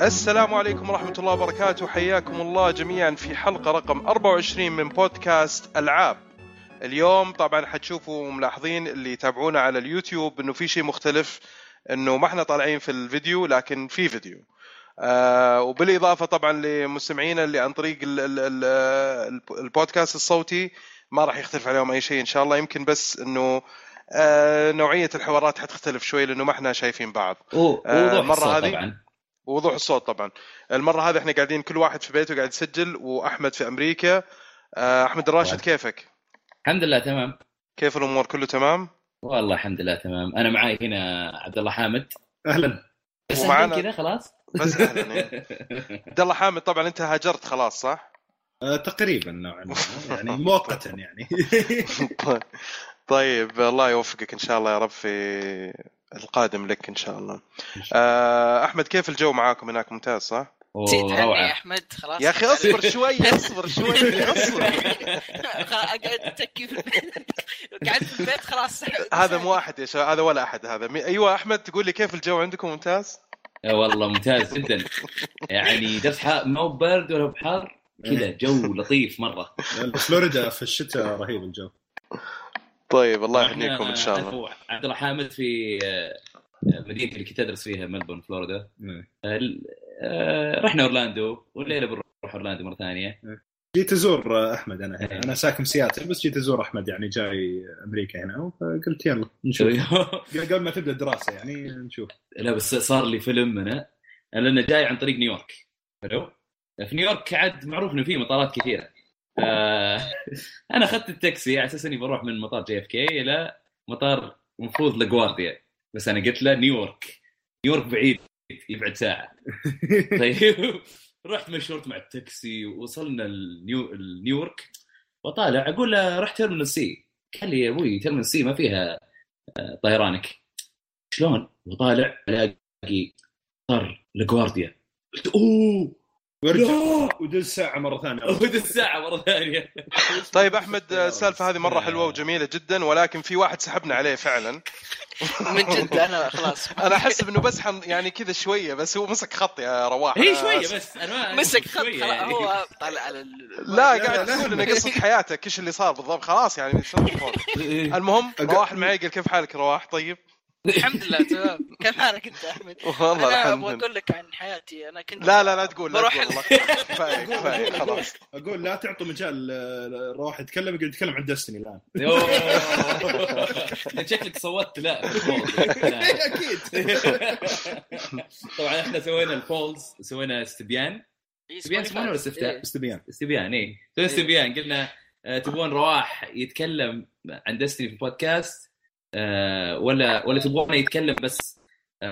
السلام عليكم ورحمة الله وبركاته. حياكم الله جميعا في حلقة رقم 24 من بودكاست ألعاب. اليوم طبعا حتشوفوا ملاحظين اللي يتابعونا على اليوتيوب انه في شيء مختلف، انه ما احنا طالعين في الفيديو لكن في فيديو. وبالإضافة طبعا لمستمعينا اللي عن طريق البودكاست الصوتي ما راح يختلف عليهم أي شيء إن شاء الله، يمكن بس إنه نوعية الحوارات حتختلف شوي لأنه ما احنا شايفين بعض. المرة هذه طبعا ووضوح الصوت طبعا. المرة هذه احنا قاعدين كل واحد في بيته قاعد يسجل، وأحمد في أمريكا. أحمد الراشد كيفك؟ الحمد لله تمام. كيف الأمور؟ كله تمام والله الحمد لله تمام. أنا معاي هنا عبد الله حامد. أهلا. بس ومعنا كذا خلاص بس أهلا. عبد الله حامد طبعا أنت هاجرت خلاص صح؟ تقريبا نوعا ما يعني مؤقتا يعني. طيب الله يوفقك إن شاء الله يا رب في القادم لك إن شاء الله. أحمد كيف الجو معاكم هناك؟ ممتاز صح؟ روعة أحمد. خلاص يا أخي أصبر شوي أصبر. قاعد تكي في البيت قاعد في البيت خلاص. هذا مو أحد يا شباب، هذا ولا أحد هذا. أيوة أحمد تقول لي كيف الجو عندكم؟ ممتاز والله ممتاز جدا يعني درس ما هو برد ولا بحر كذا، جو لطيف مرة. فلوريدا في الشتاء رهيب الجو. طيب الله يحميكم إن شاء الله. عبد الله حامد في مدينة اللي كنت أدرس فيها ملبورن فلوريدا. رحنا أورلاندو والليلة بنروح أورلاندو مرة ثانية. جيت أزور أحمد أنا ساكن سياتل، بس جيت أزور أحمد يعني جاي أمريكا هنا، فقلت يلا نشوف قبل ما تبدأ الدراسة يعني نشوف. لا بس صار لي فيلم أنا لأنه جاي عن طريق نيويورك. حلو. في نيويورك عاد معروف إنه فيه مطارات كثيرة. أنا أخذت التاكسي على أساس إني بروح من مطار JFK إلى مطار مفروض لغوارديا، بس أنا قلت له نيويورك بعيد، يبعد ساعة. طيب رحت مشورت مع التاكسي ووصلنا نيويورك، وطالع أقول له رحت تيرمينال سي. قال لي يا أبوي تيرمينال سي ما فيها طيرانك. شلون؟ وطالع ألاقي مطار لغوارديا. قلت أوه ورجع ودل ساعة مرة ثانية. طيب أحمد السالفة هذه مرة حلوة وجميلة جدا، ولكن في واحد سحبنا عليه فعلا من جد. أنا خلاص أنا أحسب إنه بس يعني كذا شوية، بس هو مسك خط يا رواح. هي شوية بس أنا مسك خط يعني. هو طالع على لا قاعد تقول إنه قصة حياتك إيش اللي صار بالضبط خلاص يعني. المهم رواح معي قال كيف حالك رواح؟ طيب الحمد لله تمام. كيف حالك انت احمد؟ انا ابغى اقول لك عن حياتي. انا كنت لا تقول كفايه خلاص. اقول لا تعطوا مجال روح يتكلم عن دستني الان. شكلك صوتت. لا اكيد. طبعا احنا سوينا البولز، سوينا استبيان اسمه استبيان ايه استبيان. قلنا تبون رواح يتكلم عن دستني في البودكاست ولا تبغونه يتكلم بس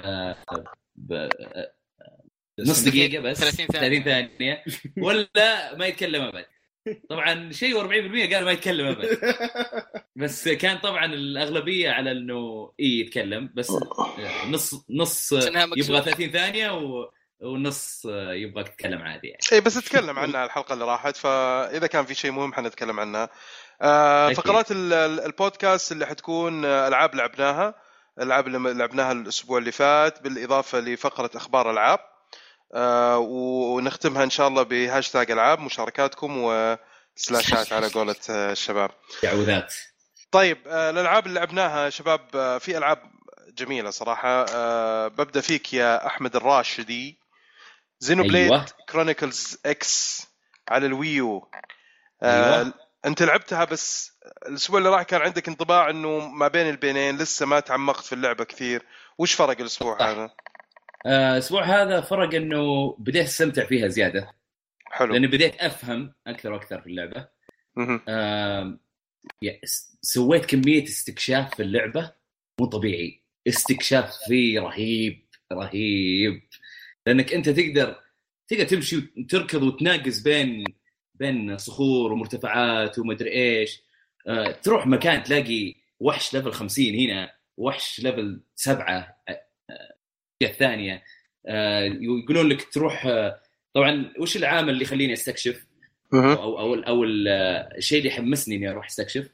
نص دقيقة بس 30 ثانية ولا ما يتكلم أبد. طبعا شيء 40% قالوا ما يتكلم أبد، بس كان طبعا الأغلبية على إنه يتكلم بس نص يبغى 30 ثانية والنص يبغى يتكلم عادي يعني. إيه بس اتكلم عنها الحلقة اللي راحت، فإذا كان في شيء مهم حنتكلم عنها. فقرات البودكاست اللي حتكون ألعاب الألعاب اللي لعبناها الأسبوع اللي فات، بالإضافة لفقرة أخبار ألعاب، ونختمها إن شاء الله بهاشتاج ألعاب، مشاركاتكم وسلاشات على قولة الشباب تعوذات. طيب الألعاب اللي لعبناها شباب، في ألعاب جميلة صراحة. ببدأ فيك يا أحمد الراشدي. زينوبليد كرونيكلز إكس على الويو. أنت لعبتها بس الأسبوع اللي راح كان عندك انطباع إنه ما بين البينين لسه ما تعمقت في اللعبة كثير. وش فرق الأسبوع هذا؟ الأسبوع هذا فرق إنه بديت أستمتع فيها زيادة. حلو. لأني بديت أفهم أكثر وأكثر في اللعبة. سويت كمية استكشاف في اللعبة مو طبيعي. استكشاف فيه رهيب لأنك أنت تقدر تمشي وتركض وتناقز بين صخور ومرتفعات ومدري إيش. تروح مكان تلاقي وحش ليفل 50 هنا، وحش ليفل 7 الثانية. يقولون لك تروح. طبعا وش العامل اللي يخليني استكشف او الشيء اللي يحمسني اني اروح استكشف؟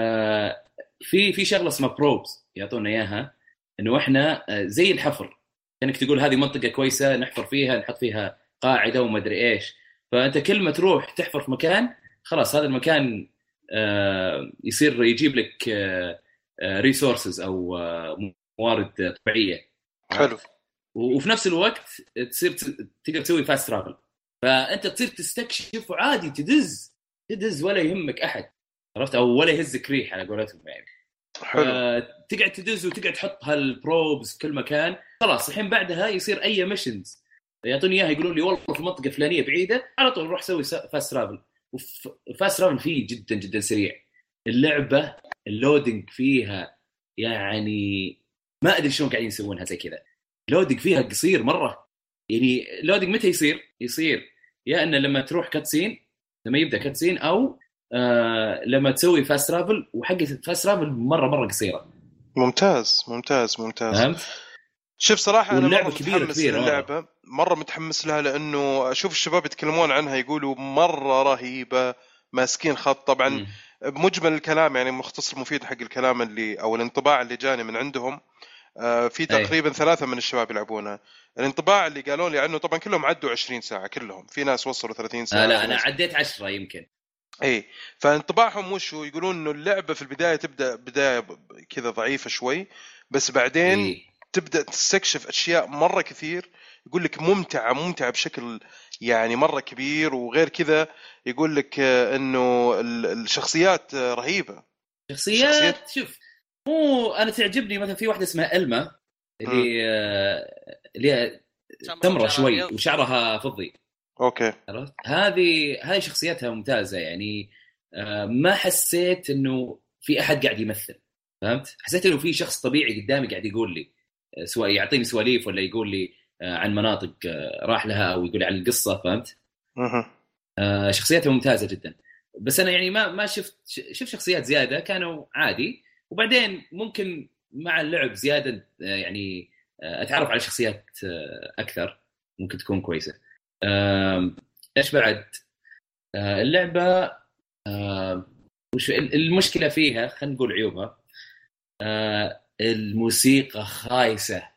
في شغله اسمها بروبز يعطونا اياها، انه احنا زي الحفر كأنك تقول هذه منطقة كويسة نحفر فيها، نحط فيها قاعدة وما أدري إيش. فأنت كل ما تروح تحفر في مكان خلاص هذا المكان يصير يجيب لك ريسورسز أو موارد طبيعية. حلو. وفي نفس الوقت تصير تقدر تسوي فاست ترافل، فأنت تصير تستكشف عادي، تدز ولا يهمك أحد، عرفت؟ أو ولا يهزك ريح على قولتهم يعني. حلو. تقعد تدز وتقعد تحط هالبروبز في كل مكان. خلاص الحين بعدها يصير أي ميشنز يعطوني إياها يقولون لي والله في منطقة فلانية بعيدة، على طول نروح سوي فاست ترافل. وفاست ترافل فيه جدا جدا سريع. اللعبة اللودينج فيها يعني ما أدري شلون قاعدين يسوونها زي كذا. اللودينج فيها قصير مرة. يعني اللودينج متى يصير يا أن لما تروح كاتسين، لما يبدأ كاتسين، أو لما تسوي فاست ترافل، وحقة فاست ترافل مرة قصيرة. ممتاز. فهمت؟ شوف صراحة أنا مرة كبيرة متحمس للعبة، مرة متحمس لها، لأنه أشوف الشباب يتكلمون عنها يقولوا مرة رهيبة، ماسكين خط. طبعا بمجمل الكلام يعني مختصر مفيد حق الكلام اللي أو الانطباع اللي جاني من عندهم، في تقريبا 3 من الشباب يلعبونها. الانطباع اللي قالوا لي عنه طبعا كلهم عدوا 20 ساعة، كلهم في ناس وصلوا 30 ساعة. لا أنا عديت 10 يمكن. فانطباعهم وشو يقولون انه اللعبة في البداية تبدأ بداية كذا ضعيفة شوي، بس بعدين تبدأ تستكشف أشياء مرة كثير. يقول لك ممتعة بشكل يعني مرة كبير. وغير كذا يقول لك إنه الشخصيات رهيبة. شخصيات شوف، مو أنا تعجبني مثلا في واحدة اسمها ألما اللي تمرة شوي وشعرها فضي. أوكي. هذه شخصيتها ممتازة يعني. ما حسيت إنه في أحد قاعد يمثل، فهمت؟ حسيت إنه في شخص طبيعي قدامي قاعد يقول لي سواء يعطيني سواليف ولا يقول لي عن مناطق راح لها أو يقول لي عن القصة، فهمت؟ شخصيتها ممتازة جدا. بس أنا يعني ما شفت شخصيات زيادة كانوا عادي. وبعدين ممكن مع اللعب زيادة يعني أتعرف على شخصيات أكثر، ممكن تكون كويسة. إيش بعد؟ اللعبة وش المشكلة فيها؟ خلينا نقول عيوبها. الموسيقى خايسة.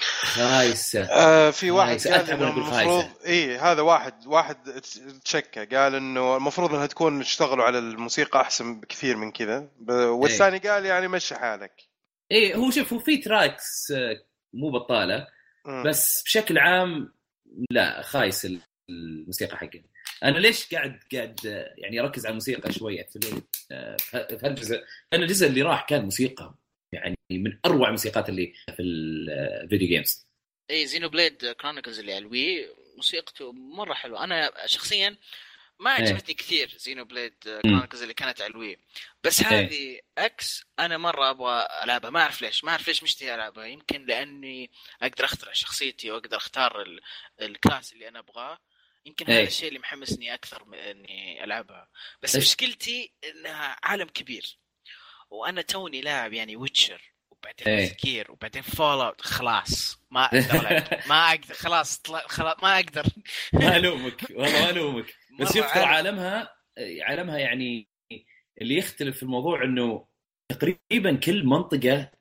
في واحد قال إنه المفروض هذا واحد تشكى قال إنه المفروض إنها تكون اشتغلوا على الموسيقى أحسن بكثير من كذا. والثاني قال يعني مشي حالك. هو شوف، هو في تراكس مو بطالة، بس بشكل عام لا، خايس الموسيقى حقه. أنا ليش قاعد يعني أركز على الموسيقى شوية في هالجزء؟ لأن الجزء اللي راح كان موسيقى يعني من أروع الموسيقات اللي في الفيديو جيمز. زينو بليد كرونيكلز اللي على الوي موسيقته مرة حلوة. أنا شخصيا ما عجبتني كثير زينو بليد كرونيكلز اللي كانت على الوي، بس هذه اكس انا مره ابغى العبها. ما اعرف ليش مشتهي العبها. يمكن لاني اقدر اخترع شخصيتي واقدر اختار الكلاس اللي انا ابغاه. يمكن هذا الشيء اللي محمسني اكثر من اني العبها. بس مشكلتي انها عالم كبير، وانا توني لاعب يعني ويتشر وبعدين سكير وبعدين فول اوت. خلاص ما اقدر ما اقدر خلاص ما اقدر. ما الومك والله، ما الومك. بس شفت عالمها يعني اللي يختلف في الموضوع انه تقريبا كل منطقة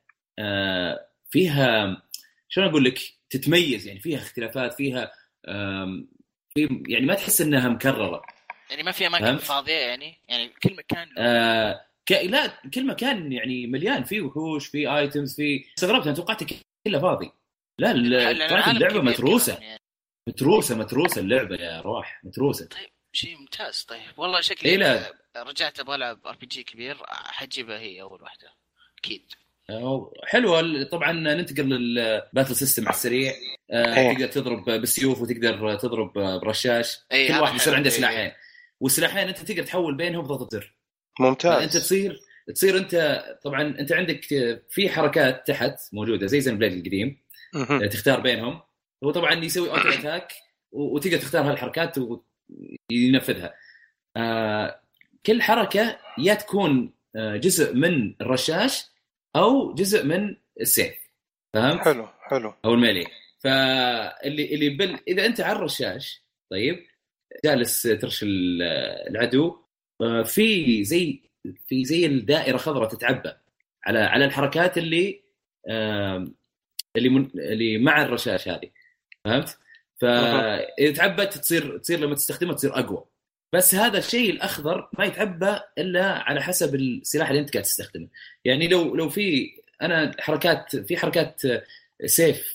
فيها شلون اقول لك تتميز، يعني فيها اختلافات، فيها في يعني ما تحس انها مكررة، يعني ما فيها اماكن فاضية. يعني كل مكان لا كل مكان يعني مليان فيه وحوش، فيه ايتمز، فيه استغربت انا توقعت كله فاضي. لا اللعبة متروسة يعني. متروسة اللعبة يا روح، متروسة. طيب شيء ممتاز. طيب والله شكلي رجعت ابغى العب ار بي جي كبير، حجيبها هي اول واحدة اكيد. حلوة. طبعا ننتقل للباتل سيستم على السريع. تقدر تضرب بالسيوف وتقدر تضرب برشاش. كل واحد يصير عنده سلاحين، والسلاحين انت تقدر تحول بينهم بضغط زر. ممتاز. انت تصير انت طبعا انت عندك في حركات تحت موجودة زي زين بليد القديم، تختار بينهم. هو طبعا يسوي اوتو اتاك وتقدر تختار هالحركات وينفذها. كل حركة يا تكون جزء من الرشاش او جزء من السيف، فهمت؟ حلو. او الميلي. فاللي اذا انت على الرشاش طيب جالس ترش العدو، في زي الدائرة خضراء تتعبى على الحركات اللي اللي مع الرشاش هذه، فهمت؟ فاذا تعبت تصير لما تستخدمها تصير اقوى. بس هذا الشيء الاخضر ما يتعبى الا على حسب السلاح اللي انت قاعد تستخدمه. يعني لو في انا حركات سيف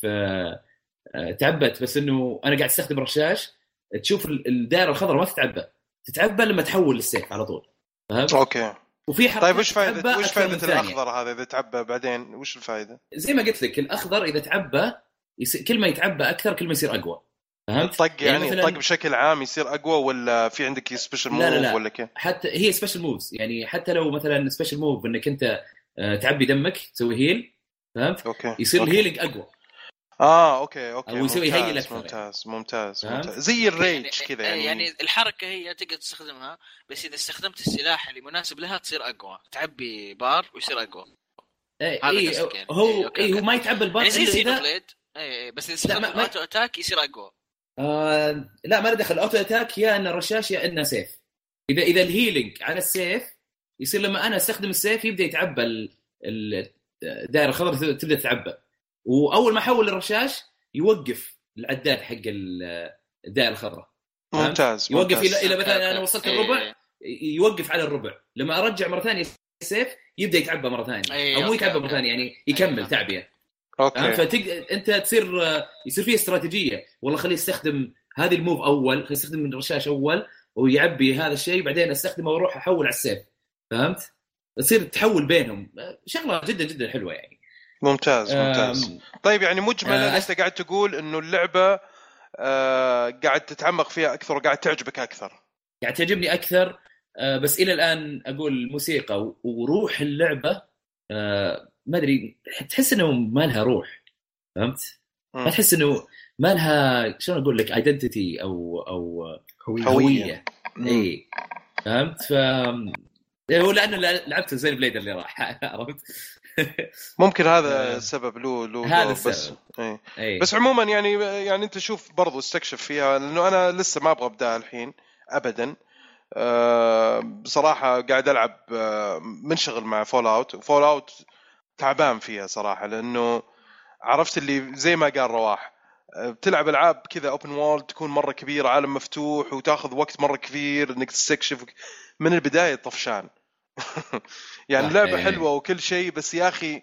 تعبت، بس انه انا قاعد استخدم رشاش، تشوف الدائره الخضراء ما تتعبى لما تحول للسيف على طول، فهمت؟ اوكي. وفي طيب وش فائده الاخضر هذا اذا تعبى بعدين؟ وش الفائده؟ زي ما قلت لك، الاخضر اذا تعبى كل ما يتعبى اكثر كل ما يصير اقوى، فهمت؟ الطق يعني الطق بشكل عام يصير اقوى، ولا في عندك سبيشال موف ولا كيف؟ حتى هي سبيشال موفز، يعني حتى لو مثلا سبيشال موف انك انت تعبي دمك تسوي هيل، فهمت؟ أوكي. يصير الهيلينج اقوى. اوكي او يسوي هيل اكثر. ممتاز. زي الريج كذا يعني الحركه هي تقدر تستخدمها، بس اذا استخدمت السلاح اللي مناسب لها تصير اقوى، تعبي بار ويصير اقوى. يعني. هو ما يتعبى البار يعني اذا بس اذا استخدم اوتو اتاك يصير اقوى. لا ما له دخل اوتو اتاك، يا ان الرشاش يا ان سيف. اذا الهيلينج على السيف يصير لما انا استخدم السيف يبدا يتعبى الدائره الخضراء، تبدا تتعبى، واول ما احول الرشاش يوقف العداد حق الدائره الخضراء. ممتاز. يوقف الى مثلا انا وصلت الربع، يوقف على الربع. لما ارجع مره ثانيه السيف يبدا يتعبى مره ثانيه، او مو يتعبى مره ثانيه، يعني يكمل تعبئه. اوكي. انت يصير فيه استراتيجيه، والله خليه يستخدم هذه الموف اول، خليه يستخدم الرشاش اول ويعبي هذا الشيء، بعدين استخدمه واروح احول على السيف، فهمت؟ تصير تحول بينهم، شغله جدا جدا حلوه يعني. ممتاز. طيب يعني مجملا انت قاعد تقول انه اللعبه قاعد تتعمق فيها اكثر وقاعد تعجبك اكثر؟ قاعد تعجبني اكثر، بس الى الان اقول الموسيقى وروح اللعبه ما ادري، تحس انه ما لها روح، فهمت؟ ما تحس انه ما لها، شلون اقول لك، ايدنتيتي او هويه. اي فهمت. هو لانه لعبت زين بليد اللي راح، عرفت؟ ممكن هذا السبب له هذا بس السبب. بس عموما يعني انت شوف برضو استكشف فيها، لانه انا لسه ما ابغى ابداها الحين ابدا. بصراحه قاعد العب منشغل مع فول اوت تعبان فيها صراحه، لانه عرفت اللي زي ما قال رواح، بتلعب العاب كذا اوبن وورلد تكون مره كبيره، عالم مفتوح، وتاخذ وقت مره كبير انك تستكشف من البدايه طفشان. يعني لعبه حلوه وكل شيء، بس يا اخي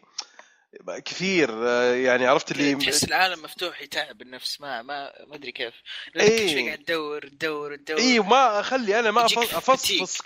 كثير، يعني عرفت اللي تحس العالم مفتوح يتعب النفس، ما ادري كيف. كل شيء قاعد تدور ما اخلي انا ما افصفص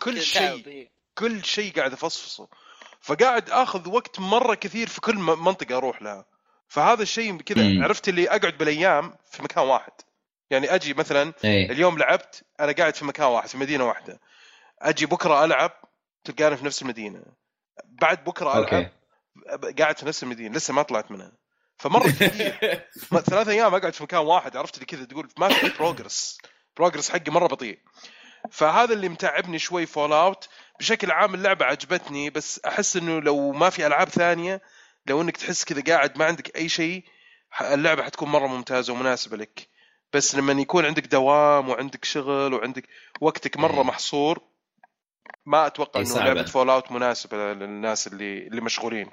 كل شيء قاعد افصفصه، فقاعد اخذ وقت مره كثير في كل منطقه اروح لها. فهذا الشيء كذا عرفت اللي اقعد بالايام في مكان واحد. يعني اجي مثلا اليوم لعبت انا قاعد في مكان واحد في مدينه واحده، اجي بكره العب تلقاني في نفس المدينه، بعد بكره العب قاعد في نفس المدينه لسه ما طلعت منها. فمره كثير 3 ايام اقعد في مكان واحد، عرفت اللي كذا تقول ما في بروجرس حقي مره بطيء. فهذا اللي متعبني شوي فول اوت. بشكل عام اللعبه عجبتني، بس احس انه لو ما في العاب ثانيه، لو انك تحس كذا قاعد ما عندك اي شيء، اللعبه حتكون مره ممتازه ومناسبه لك. بس لما يكون عندك دوام وعندك شغل وعندك وقتك مره محصور، ما اتوقع انه لعبه فول اوت مناسبه للناس اللي مشغولين.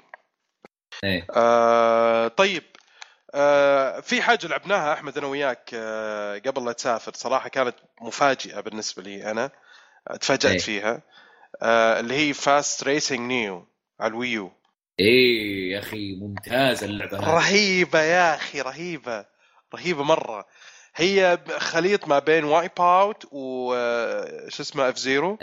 طيب في حاجه لعبناها احمد انا وياك قبل لا تسافر، صراحه كانت مفاجئه بالنسبه لي، انا تفاجأت فيها، اللي هي فاست ريسنج نيو على الويو. يا اخي ممتازه اللعبه، رهيبه يا اخي، رهيبه مره. هي خليط ما بين وايب اوت وش اسمه اف زيرو.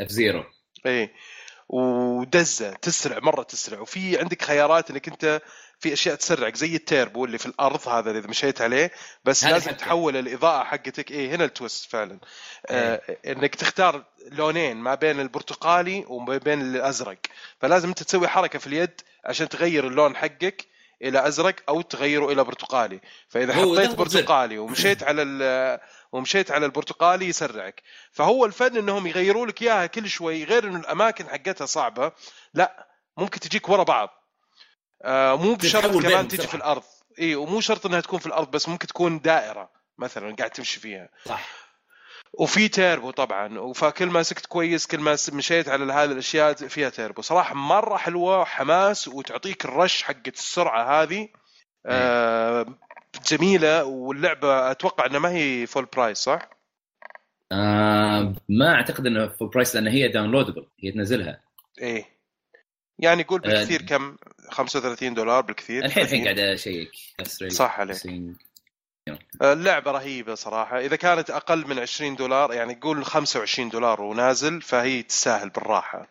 ودزه تسرع، وفي عندك خيارات انك انت في اشياء تسرعك زي التيربو اللي في الارض، هذا اذا مشيت عليه بس لازم تحول الاضاءه حقتك. هنا التويست فعلا. انك تختار لونين ما بين البرتقالي وما بين الازرق، فلازم انت تسوي حركه في اليد عشان تغير اللون حقك الى ازرق او تغيره الى برتقالي. فاذا حطيت برتقالي ومشيت على البرتقالي يسرعك. فهو الفن انهم يغيروا لك اياها كل شوي، غير انه الاماكن حقتها صعبه، لا ممكن تجيك ورا بعض، مو بشرط كمان تيجي في الارض. ومو شرط انها تكون في الارض، بس ممكن تكون دائره مثلا قاعد تمشي فيها. صح. وفي تيربو طبعا، فكل ما سكت كويس كل ما مشيت على هذه الاشياء فيها تيربو. صراحه مره حلوه، حماس، وتعطيك الرش حقه السرعه هذه. جميله، واللعبه اتوقع انها ما هي فول برايس صح؟ ما اعتقد انه فول برايس لان هي داونلودبل، هي تنزلها. ايه يعني يقول بالكثير كم $35 بالكثير. الحين قاعد اشيك صح عليك. اللعبه رهيبه صراحه. اذا كانت اقل من $20 يعني قول $25 ونازل، فهي تستاهل بالراحه.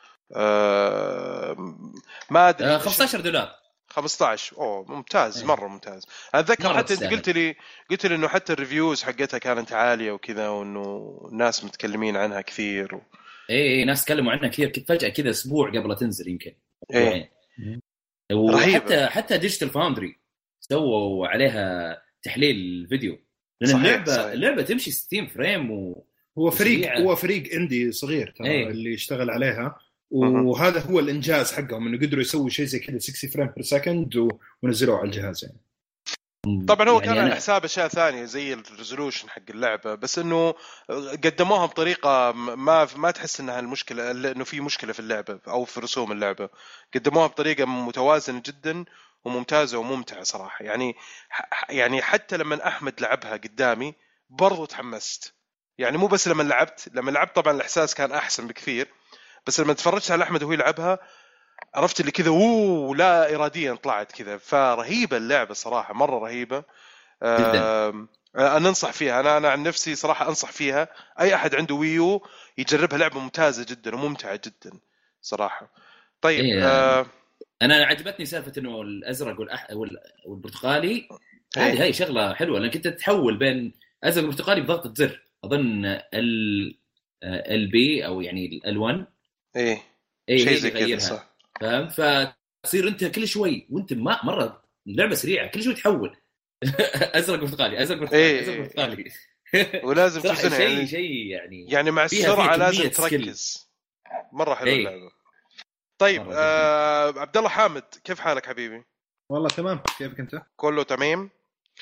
ما ادري $15. 15 ممتاز. مره ممتاز. اتذكر حتى انت قلت لي انه حتى الريفيوز حقتها كانت عاليه وكذا، وانه الناس متكلمين عنها كثير ايه ناس تكلموا عنها كثير فجاه كذا اسبوع قبل تنزل يمكن. ايه وحتى ديجيتال فاوندري سووا عليها تحليل فيديو، لان اللعبه تمشي 60 فريم هو فريق اندي صغير اللي يشتغل عليها، وهذا هو الانجاز حقهم انه قدروا يسووا شيء زي كذا 60 فريم بير سكند ونزلوه على الجهاز يعني. طبعا هو كان على حساب اشياء ثانيه زي الريزولوشن حق اللعبه، بس انه قدموها بطريقه ما تحس انها المشكله انه في مشكله في اللعبه او في رسوم اللعبه. قدموها بطريقه متوازنه جدا وممتازه وممتعه صراحه. يعني حتى لما احمد لعبها قدامي برضو تحمست. يعني مو بس لما لعبت طبعا الاحساس كان احسن بكثير، بس لما تفرجت على احمد وهو يلعبها عرفت اللي كذا لا إراديا طلعت كذا. فرهيبة اللعبة صراحة، مرة رهيبة. أنا أنصح فيها. أنا عن نفسي صراحة أنصح فيها أي أحد عنده ويو يجربها. لعبة ممتازة جدا وممتعة جدا صراحة. طيب أنا عجبتني سالفة إنه الأزرق والبرتقالي. هاي شغلة حلوة لأنك أنت تحول بين أزرق والبرتقالي بضغطة زر. أظن البي أو يعني الألوان شيء زي كذا صح. فاهم؟ فتصير انت كل شوي وانت مره اللعبه سريعه كل شوي تحول ازرق برتقالي ازرق برتقالي ولازم تكون شيء يعني مع السرعه لازم تركز. مره حلوه اللعبه. طيب عبد الله حامد كيف حالك حبيبي؟ والله تمام. كيفك انت؟ كله تمام.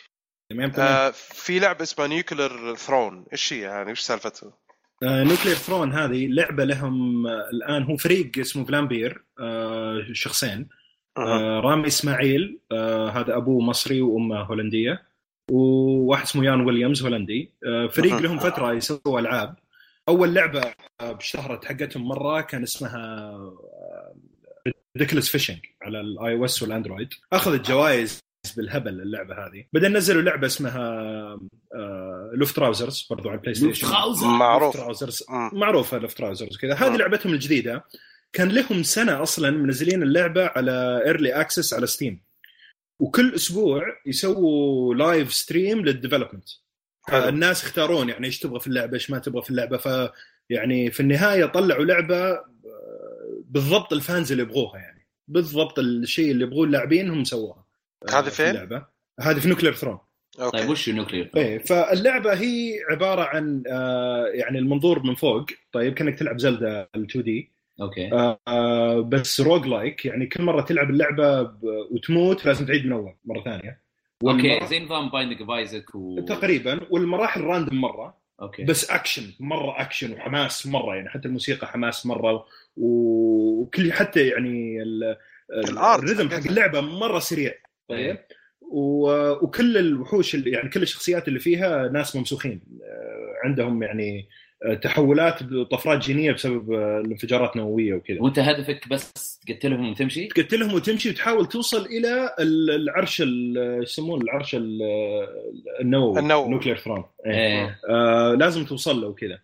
في لعبه اسمها نيوكلير ثرون، ايش هي يعني؟ ايش سالفتها؟ نوكلير ثرون هذه لعبة لهم الآن. هو فريق اسمه فلامبير، شخصين. رامي إسماعيل هذا أبوه مصري وأمه هولندية، وواحد اسمه يان ويليامز هولندي. فريق لهم فترة يسووا ألعاب. أول لعبة باشتهرت حقتهم مرة كان اسمها ريديكلس فيشنج على الآي او اس والأندرويد. أخذت جوائز بالهبل اللعبة هذه. بدأ نزلوا لعبة اسمها لوفت تراوزرز برضو على البلاي ستيشن. معروفة لوفت تراوزرز كذا. هذه لعبتهم الجديدة. كان لهم سنة أصلا منزلين اللعبة على ايرلي اكسس على ستيم، وكل أسبوع يسووا لايف ستريم للديفلوبمنت. الناس اختارون يعني ايش تبغى في اللعبة ايش ما تبغى في اللعبة. فيعني في النهاية طلعوا لعبة بالضبط الفانز اللي يبغوها، يعني بالضبط الشيء اللي يبغوه اللاعبين هم سووها. هذه فين؟ اللعبة هذه في نوكلير ثرون. طيب وش نوكلير؟ فاللعبة هي عبارة عن يعني المنظور من فوق. طيب كأنك تلعب زلدة ال2D. اوكي. بس روج لايك، يعني كل مرة تلعب اللعبة وتموت لازم تعيد من أول مرة ثانية. اوكي زي نظام بايندينج اوف ايزاك تقريبا. والمراحل راندوم مرة. اوكي. بس اكشن مرة اكشن وحماس مرة، يعني حتى الموسيقى حماس مرة، وكل حتى يعني الريتم حق اللعبة مرة سريع. طيب وكل الوحوش اللي يعني كل الشخصيات اللي فيها ناس ممسوخين عندهم يعني تحولات طفرات جينية بسبب الانفجارات نووية وكذا. وانت هدفك بس تقتلهم وتمشي وتحاول توصل إلى العرش يسمونه العرش النووي نوكلير ثرون. لازم توصل له وكذا.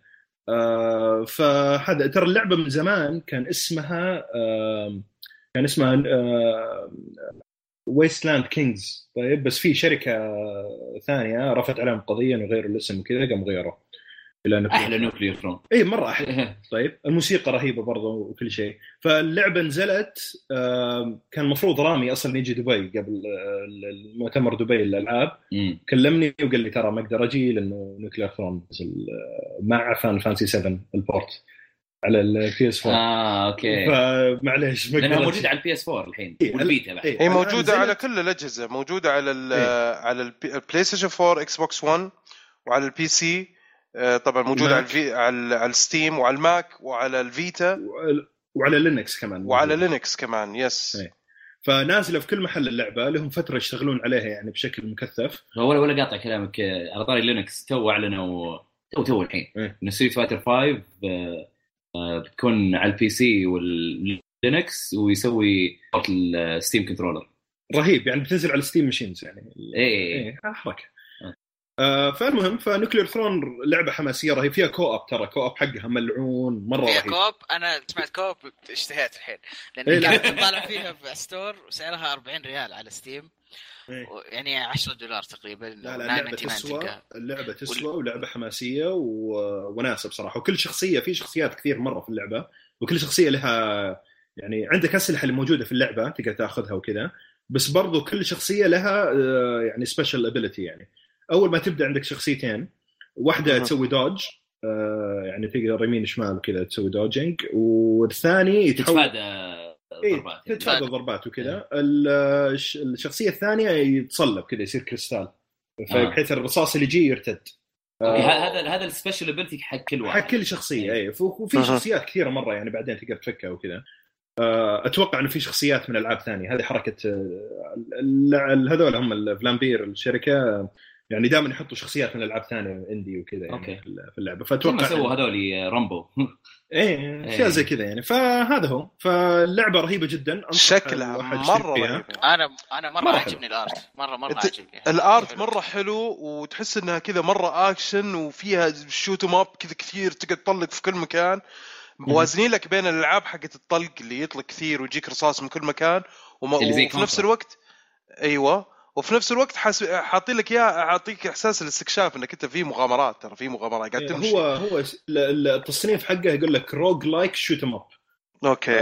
فهذا ترى اللعبة من زمان كان اسمها ويستلاند كينجز. طيب بس في شركة ثانية رفعت عليهم قضية وغيروا الاسم وكذا قاموا غيروه إلى أحلى نوكلير ثرون. إيه مرة أحلى. طيب الموسيقى رهيبة برضو وكل شيء. فاللعبة نزلت. كان مفروض رامي أصلا يجي دبي قبل المؤتمر دبي للألعاب. كلمني وقال لي ترى ما أقدر أجي لأنه نوكلير ثرون مع فان فانسي 7 البورت على البي اس 4. اوكي. فمعليش لانها موجوده على البي اس 4 الحين والبيتا بعد. هي موجوده على كل الاجهزه. موجوده على البلاي ستيشن 4 اكس بوكس 1 وعلى البي سي. طبعا موجوده على الستيم وعلى الماك وعلى الفيتا وعلى لينكس كمان. وعلى لينكس كمان يس. فنازله في كل محل اللعبه، لهم فتره يشتغلون عليها يعني بشكل مكثف. ولا قاطع كلامك على طاري لينكس، تو اعلنوا تو الحين ان ستريت فايتر 5 بتكون على البي سي واللينكس ويسوي الستيم كنترولر رهيب يعني، بتنزل على ستيم ماشينز يعني. ايه حركه. فالمهم فنوكلير ثرون لعبه حماسيه رهيب، فيها كوب، ترى كوب حقها ملعون مره رهيب. كوب انا سمعت كوب اشتهيت الحين، لان كنت طالع فيها في ستور وسعرها 40 ريال على ستيم، يعني $10 تقريبا. لا اللعبه تسوى ولعبه حماسيه وناسه بصراحه، وكل شخصيه، في شخصيات كثير مره في اللعبه، وكل شخصيه لها يعني، عندك اسلحه اللي موجوده في اللعبه تقدر تاخذها وكذا، بس برضو كل شخصيه لها يعني سبيشال ابيليتي. يعني اول ما تبدا عندك شخصيتين، واحده تسوي دوج، يعني تقدر يمين شمال وكذا تسوي دوجينج، والثاني تتفادى ضربات وكذا. الشخصيه الثانيه يتصلب كذا يصير كريستال، فبحيث الرصاص اللي يجي يرتد. هذا السبيشال ابيلتي حق كل واحد، حق كل شخصيه. وفي شخصيات كثيره مره يعني بعدين تقدر تفكها وكذا. اتوقع انه في شخصيات من العاب ثانيه، هذه حركه هذول هم الفلامبير الشركه، يعني دائما يحطوا شخصيات من العاب ثانيه اندي وكذا يعني في اللعبه. فاتوقع سووا هذول رامبو اشياء زي كذا يعني. فهذا هو، فاللعبه رهيبه جدا، شكلها مره رهيبه. انا مره عجبني الارت، مره عجبني الارت مره حلو، وتحس انها كذا مره اكشن، وفيها شوت ماب كذا كثير تقدر تطلق في كل مكان، موازنين لك بين الالعاب حقت الطلق اللي يطلق كثير ويجيك رصاص من كل مكان، وفي نفس الوقت وفي نفس الوقت حاطين لك اياه، اعطيك احساس الاستكشاف انك انت في مغامرات، ترى في مغامرات قاعد تمشي. هو التصنيف حقه يقول لك روج لايك شوت ام اب. اوكي.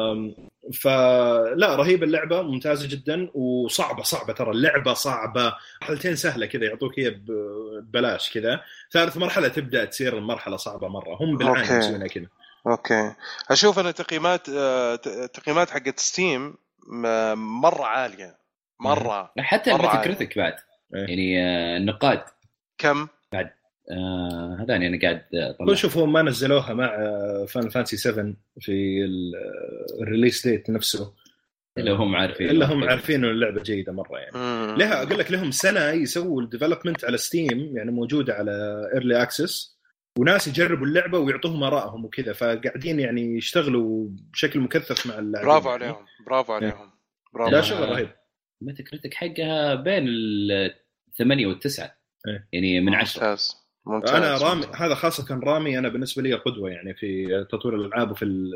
فلا رهيب، اللعبه ممتازه جدا وصعبه ترى اللعبه صعبه. مرحلتين سهله كذا يعطوك اياه ببلاش كذا، ثالث مرحله تبدا تصير المرحله صعبه مره، هم بالعين مسوينها كذا. اوكي. اشوف انا تقييمات حقت ستيم مره عاليه مره، حتى الميتاكريتيك بعد يعني النقاد كم بعد هذاني انا قاعد طلع. شوف هم ما نزلوها مع فان فانسي 7 في الريليس ديت نفسه، الا هم عارفين انه اللعبه جيده مره يعني. لها اقول لك لهم سنه يسووا الديفلوبمنت على ستيم، يعني موجوده على ايرلي اكسس، وناس يجربوا اللعبه ويعطوهم آرائهم وكذا، فقاعدين يعني يشتغلوا بشكل مكثف مع اللاعبين. برافو عليهم. لا شغل رهيب. ميتاكريتيك حقها بين 8 و9 يعني من 10. ممتاز. انا رامي هذا خاصه رامي انا بالنسبه لي قدوه يعني في تطوير الالعاب وفي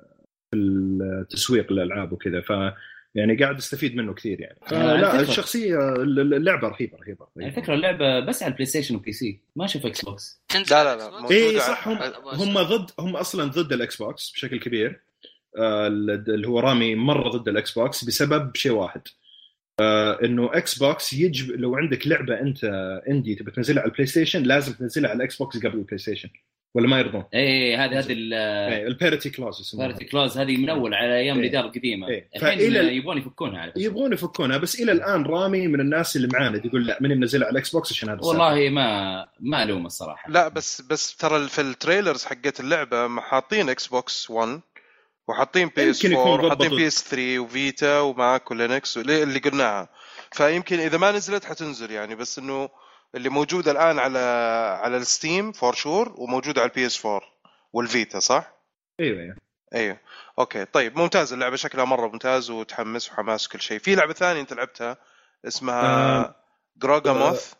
التسويق للالعاب وكذا، ف يعني قاعد استفيد منه كثير يعني. لا الشخصيه اللعبه رهيبه. على فكره اللعبه بس على البلاي ستيشن وبي سي، ما اشوف اكس بوكس. لا اي صح، هم اصلا ضد الاكس بوكس بشكل كبير. اللي هو رامي مره ضد الاكس بوكس بسبب شيء واحد، انه اكس بوكس يجب لو عندك لعبه انت اندي تبي تنزلها على البلاي ستيشن لازم تنزلها على الاكس بوكس قبل البلاي ستيشن، ولا ما يرضون. هذه البيرتي كلوز بيرتي كلوز هذه من اول على ايام الاداره القديمه. الحين يبغون يفكونها بس الى الان رامي من الناس اللي معانا يقول لا من منزلها على الاكس بوكس عشان هذا والله ما الوم الصراحه. لا بس ترى في التريلرز حقت اللعبه ما حاطين اكس بوكس 1 وحاطين PS4 وحاطين PS3 وفيتا ومعاك لينكس اللي قلناها، فيمكن اذا ما نزلت حتنزل يعني، بس انه اللي موجود الان على الستيم فور شور وموجود على PS4 والفيتا صح؟ ايوه اوكي. طيب ممتاز، اللعبه شكلها مره ممتاز وتحمس وحماس وكل شيء. في لعبه ثانيه انت لعبتها اسمها جارجاموث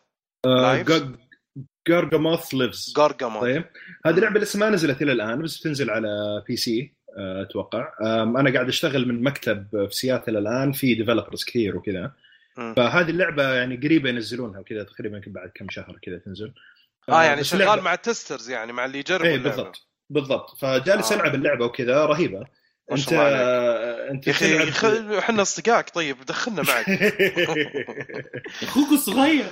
جارجاموث ليفز. طيب هذه اللعبه لسه ما نزلت الى الان، بس بتنزل على بي سي اتوقع. انا قاعد اشتغل من مكتب في سياتل الان في ديفلوبرز كثير وكذا، فهذه اللعبه يعني قريبه ينزلونها وكذا تقريبا بعد كم شهر كذا تنزل. يعني شغال مع التسترز يعني مع اللي يجربوا اللعبه. بالضبط فجالس العب اللعبه وكذا رهيبه. انت احنا اصدقائك، طيب دخلنا معك. اخوك الصغير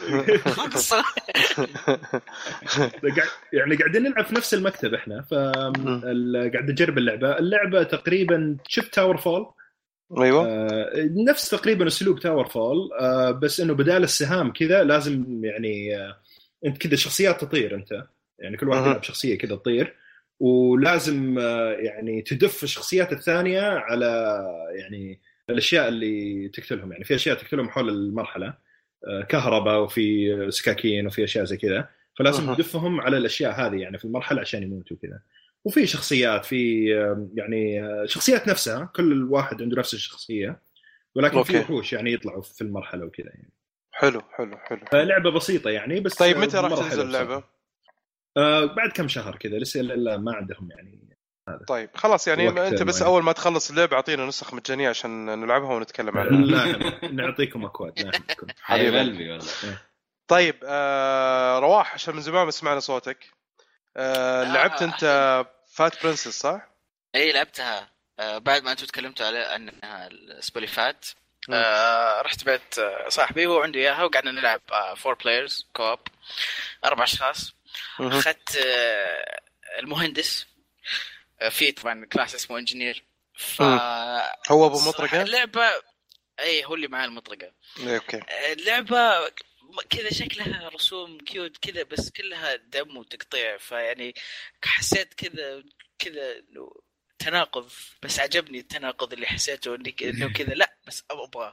يعني قاعدين نلعب في نفس المكتب احنا، فقاعد نجرب اللعبه تقريبا شفت تاور فول. ايوه نفس تقريبا اسلوب تاور فول، بس انه بدال السهام كذا لازم يعني انت كذا شخصيات تطير، انت يعني كل واحد يلعب شخصيه كذا تطير، ولازم يعني تدف الشخصيات الثانيه على يعني الاشياء اللي تقتلهم. يعني في اشياء تقتلهم حول المرحله، كهرباء وفي سكاكين وفي اشياء زي كذا، فلازم تدفهم على الاشياء هذه يعني في المرحله عشان يموتوا كذا. وفي شخصيات، في يعني شخصيات نفسها، كل واحد عنده نفس الشخصيه، ولكن في وحوش يعني يطلعوا في المرحله وكذا يعني. حلو. لعبه بسيطه يعني. بس طيب متى راح تنزل اللعبه؟ بعد كم شهر كذا، لسه لا ما عندهم يعني هذا. طيب خلاص يعني انت بس اول ما تخلص اللعبه اعطينا نسخ مجانيه عشان نلعبها ونتكلم عنها. لا نعطيكم اكواد. حبيب قلبي والله. طيب رواح، عشان من زمان ما سمعنا صوتك. لعبت انت فات برنسس صح؟ اي لعبتها بعد ما انتم تكلمتوا على انها الاسبوع اللي فات. رحت بيت صاحبي هو عنده اياها وقعدنا نلعب 4 players كوب 4 اشخاص. اخذت المهندس في طبعا كلاس اسمه انجينير، هو ابو مطرقه اللعبه. اي هو اللي معاه المطرقه. اوكي. اللعبه كذا شكلها رسوم كيوت كذا بس كلها دم وتقطيع، فيعني حسيت كذا انه تناقض، بس عجبني التناقض اللي حسيته انه كذا لا بس ابغى.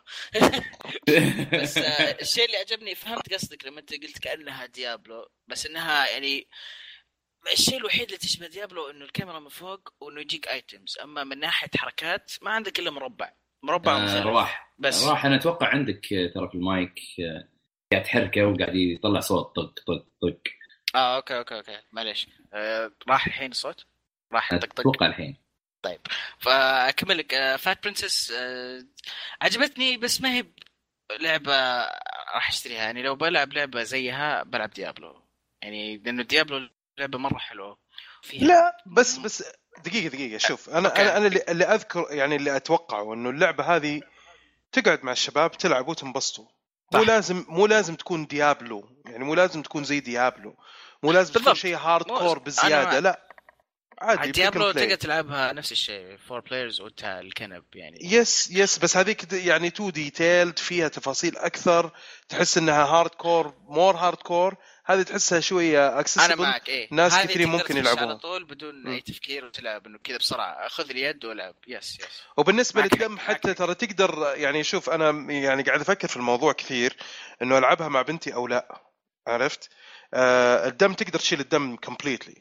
بس الشيء اللي عجبني، فهمت قصدك لما انت قلت كأنها ديابلو، بس انها يعني الشيء الوحيد اللي تشبه ديابلو انه الكاميرا من فوق وانه يجيك ايتمز، اما من ناحيه حركات ما عندك الا مربع رواح. بس رواح انا اتوقع عندك ترى في المايك قاعد تحركه وقاعد يطلع صوت طق طق طق. اوكي معليش. راح الحين الصوت راح طق طق اتوقع الحين. طيب فاكمل لك. فات برنسس عجبتني بس ما هي لعبه راح اشتريها. يعني لو بلعب لعبه زيها بلعب ديابلو، يعني لانه ديابلو لعبه مره حلوه فيها. لا بس دقيقه شوف انا اللي اذكر يعني اللي اتوقعه انه اللعبه هذه تقعد مع الشباب تلعب وتنبسطوا. مو لازم تكون ديابلو، يعني مو لازم تكون زي ديابلو، مو لازم تكون شيء هارد كور بزياده. لا عادي ديابلو تقدر تلعبها نفس الشيء 4 players وانتهى الكنب يعني. يس بس هذيك يعني 2 ديتيلد فيها تفاصيل اكثر، تحس انها هارد كور مور هارد كور. هذه تحسها شويه اكسسبل. انا معك. ناس كثير ممكن يلعبوها على طول بدون اي تفكير وتلعب انه كذا بسرعه، اخذ اليد والعب. يس وبالنسبه للدم حتى ترى تقدر يعني شوف انا يعني قاعد افكر في الموضوع كثير انه العبها مع بنتي او لا. عرفت الدم تقدر تشيل الدم كومبليتلي.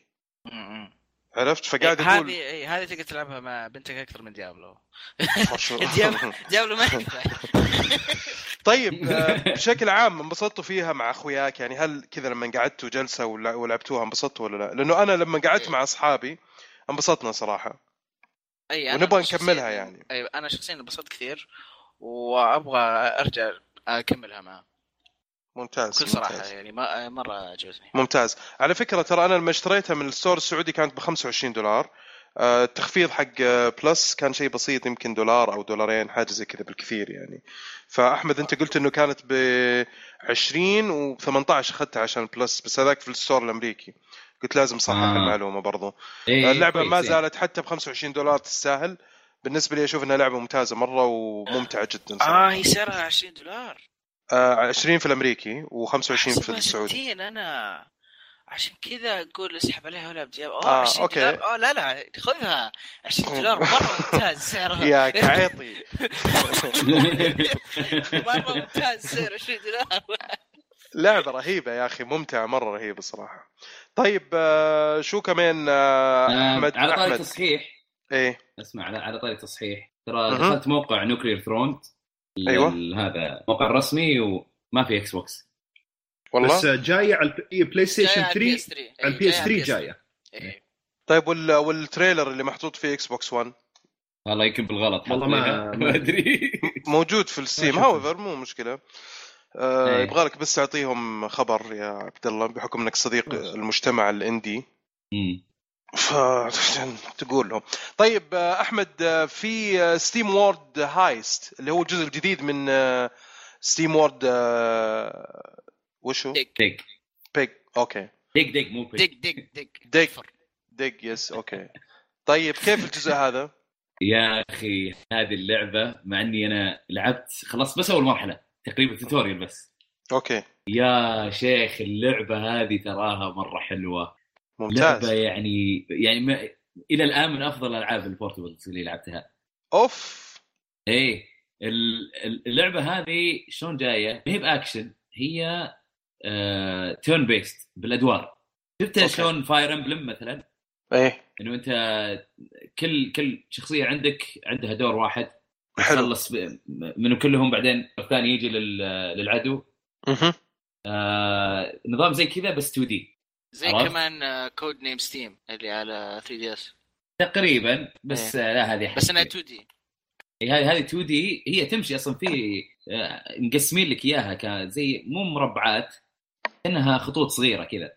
عرفت فقاعد اقول هذه تقدر تلعبها مع بنتك اكثر من ديابلو. ديابلو ما طيب بشكل عام انبسطتوا فيها مع اخوياك؟ يعني هل كذا لما قعدتوا جلسه ولعبتوها انبسطتوا ولا لا؟ لانه انا لما قعدت مع اصحابي انبسطنا صراحه. ونبغى نكملها يعني. ايوه انا شخصيا انبسطت كثير وابغى ارجع اكملها معه. ممتاز بكل صراحه يعني مره عجبتني. ممتاز. على فكره ترى انا لما اشتريتها من الستور السعودي كانت $25. التخفيض حق بلس كان شيء بسيط، يمكن $1 أو $2 حاجه زي كذا بالكثير يعني. فاحمد انت قلت انه كانت ب20 و18 اخذتها عشان بلس، بس هذاك في الستور الامريكي. قلت لازم صحح المعلومه برضو. اللعبه ما زالت حتى $25 تستاهل. بالنسبه لي اشوف انها لعبه ممتازه مره وممتعه جدا صراحه. هي سعرها $20. 20 في الامريكي و25 في السعودي. انا عشان كذا اقول اسحب عليها ولا بدي. اوكي. لا خذها $20 مره ممتاز سعرها. يا كعيطي. مره ممتاز سعر $20. لعبه رهيبه يا اخي، ممتعه مره رهيبه صراحه. طيب شو كمان احمد على طاري تصحيح. ايه اسمع على طاري تصحيح، ترى دخلت موقع نوكلير ثرون. ايوه هذا موقع رسمي وما في اكس بوكس والله، بس جايه على البلاي ستيشن 3 على البي اس 3 جايه. طيب والتريلر اللي محطوط فيه اكس بوكس 1 والله يمكن بالغلط والله ما ادري. موجود في الستيم. هاوفر مو مشكله. يبغالك بس تعطيهم خبر يا عبد الله بحكم انك صديق المجتمع الاندي فتقول لهم. طيب احمد، في ستيم وورد هايست اللي هو الجزء الجديد من ستيم وورد وشو بيج اوكي ديك مو ديك يس اوكي. طيب كيف الجزء هذا يا اخي؟ هذه اللعبه مع اني انا لعبت خلاص بس اول مرحله تقريبا توتوريال بس. اوكي يا شيخ اللعبه هذه تراها مره حلوه. ممتاز. لعبه يعني الى الان من افضل العاب البورتبلز اللي لعبتها. اوف ايه اللعبه هذه شلون جايه؟ هي باكشن، هي تيرن بيست بالادوار. شفتها شلون فاير امبلم مثلا؟ ايه انه انت كل شخصيه عندها دور واحد تخلص منهم كلهم، بعدين الثاني يجي للعدو. نظام زي كذا بس 2D، زي كمان كود نيم ستيم اللي على 3DS تقريبا، بس لا هذه بس انها 2D. هذه 2D، هي تمشي اصلا في مقسمين لك اياها زي مو مربعات، انها خطوط صغيره كذا.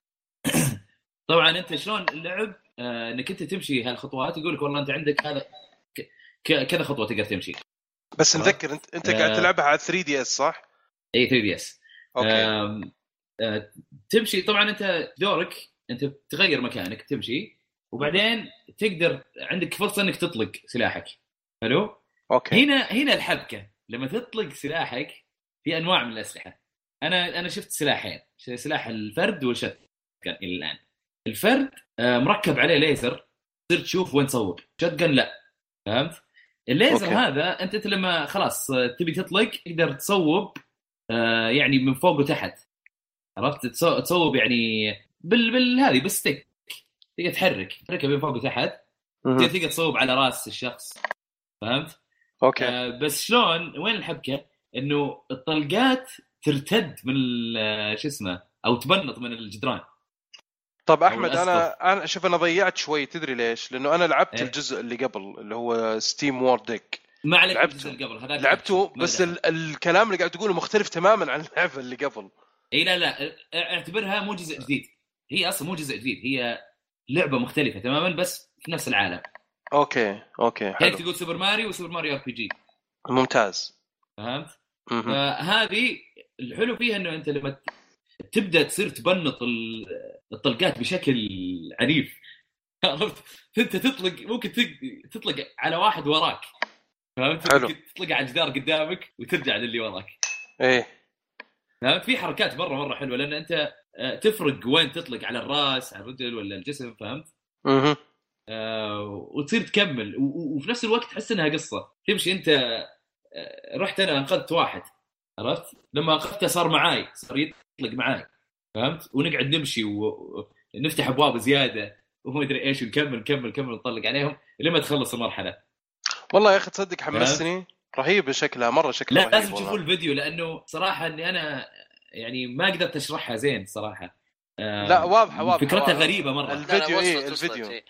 طبعا انت شلون اللعب انك انت تمشي هالخطوات، يقول لك والله انت عندك هذا كذا خطوه تقدر تمشي. بس نذكر انت قاعد تلعبها على 3DS صح؟ اي 3DS. اوكي. تمشي طبعا انت دورك انت تغير مكانك تمشي، وبعدين تقدر عندك فرصه انك تطلق سلاحك. حلو. اوكي. هنا الحبكه لما تطلق سلاحك في انواع من الاسلحه. انا شفت سلاحين، سلاح الفرد والشتقن. الى الان الفرد مركب عليه ليزر، تصير تشوف وين تصوب. شتقن لا، فهمت؟ الليزر أوكي. هذا انت لما خلاص تبي تطلق تقدر تصوب يعني من فوق وتحت، عرفت؟ تصوب يعني هذه بالستيك، تقدر تحركها من فوق وتحت، تقدر تصوب على راس الشخص، فهمت؟ اوكي. بس شلون وين الحبكه؟ انه الطلقات ترتد من شو اسمه او تبنط من الجدران. طب احمد انا شوف انا ضيعت شوي، تدري ليش؟ لانه انا لعبت الجزء اللي قبل اللي هو ستيم ووردك، ما عليك الجزء اللي قبل هذاك لعبته، بس الكلام اللي قاعد تقوله مختلف تماما عن اللعبه اللي قبل. اي لا اعتبرها مو جزء جديد، هي اصلا مو جزء جديد، هي لعبه مختلفه تماما بس في نفس العالم. اوكي هيك تقول سوبر ماريو وسوبر ماريو ار بي جي. ممتاز، فهمت؟ فهذه الحلو فيها انه انت لما تبدا تصير تبنط الطلقات بشكل عنيف، عرفت؟ انت تطلق، ممكن تطلق على واحد وراك، فهمت؟ تطلق على الجدار قدامك وترجع للي وراك. ايه فهمت؟ في حركات مره حلوه، لان انت تفرق وين تطلق، على الراس، على الرجل ولا الجسم، فهمت؟ وتصير تكمل، وفي نفس الوقت تحس انها قصه تمشي. انت رحت انا انقذت واحد، عرفت؟ لما انقذته صار معاي، صار يطلق معاي، فهمت؟ ونقعد نمشي ونفتح ابواب زياده وما ادري ايش، ونكمل نطلق عليهم لما تخلص المرحله. والله يا اخي تصدق حمسني، رهيب شكلها مره، شكلها لا لازم تشوفوا الفيديو، لانه صراحه اني انا يعني ما قدرت اشرحها زين صراحه. لا واضحه فكرتها غريبه مره. الفيديو الفيديو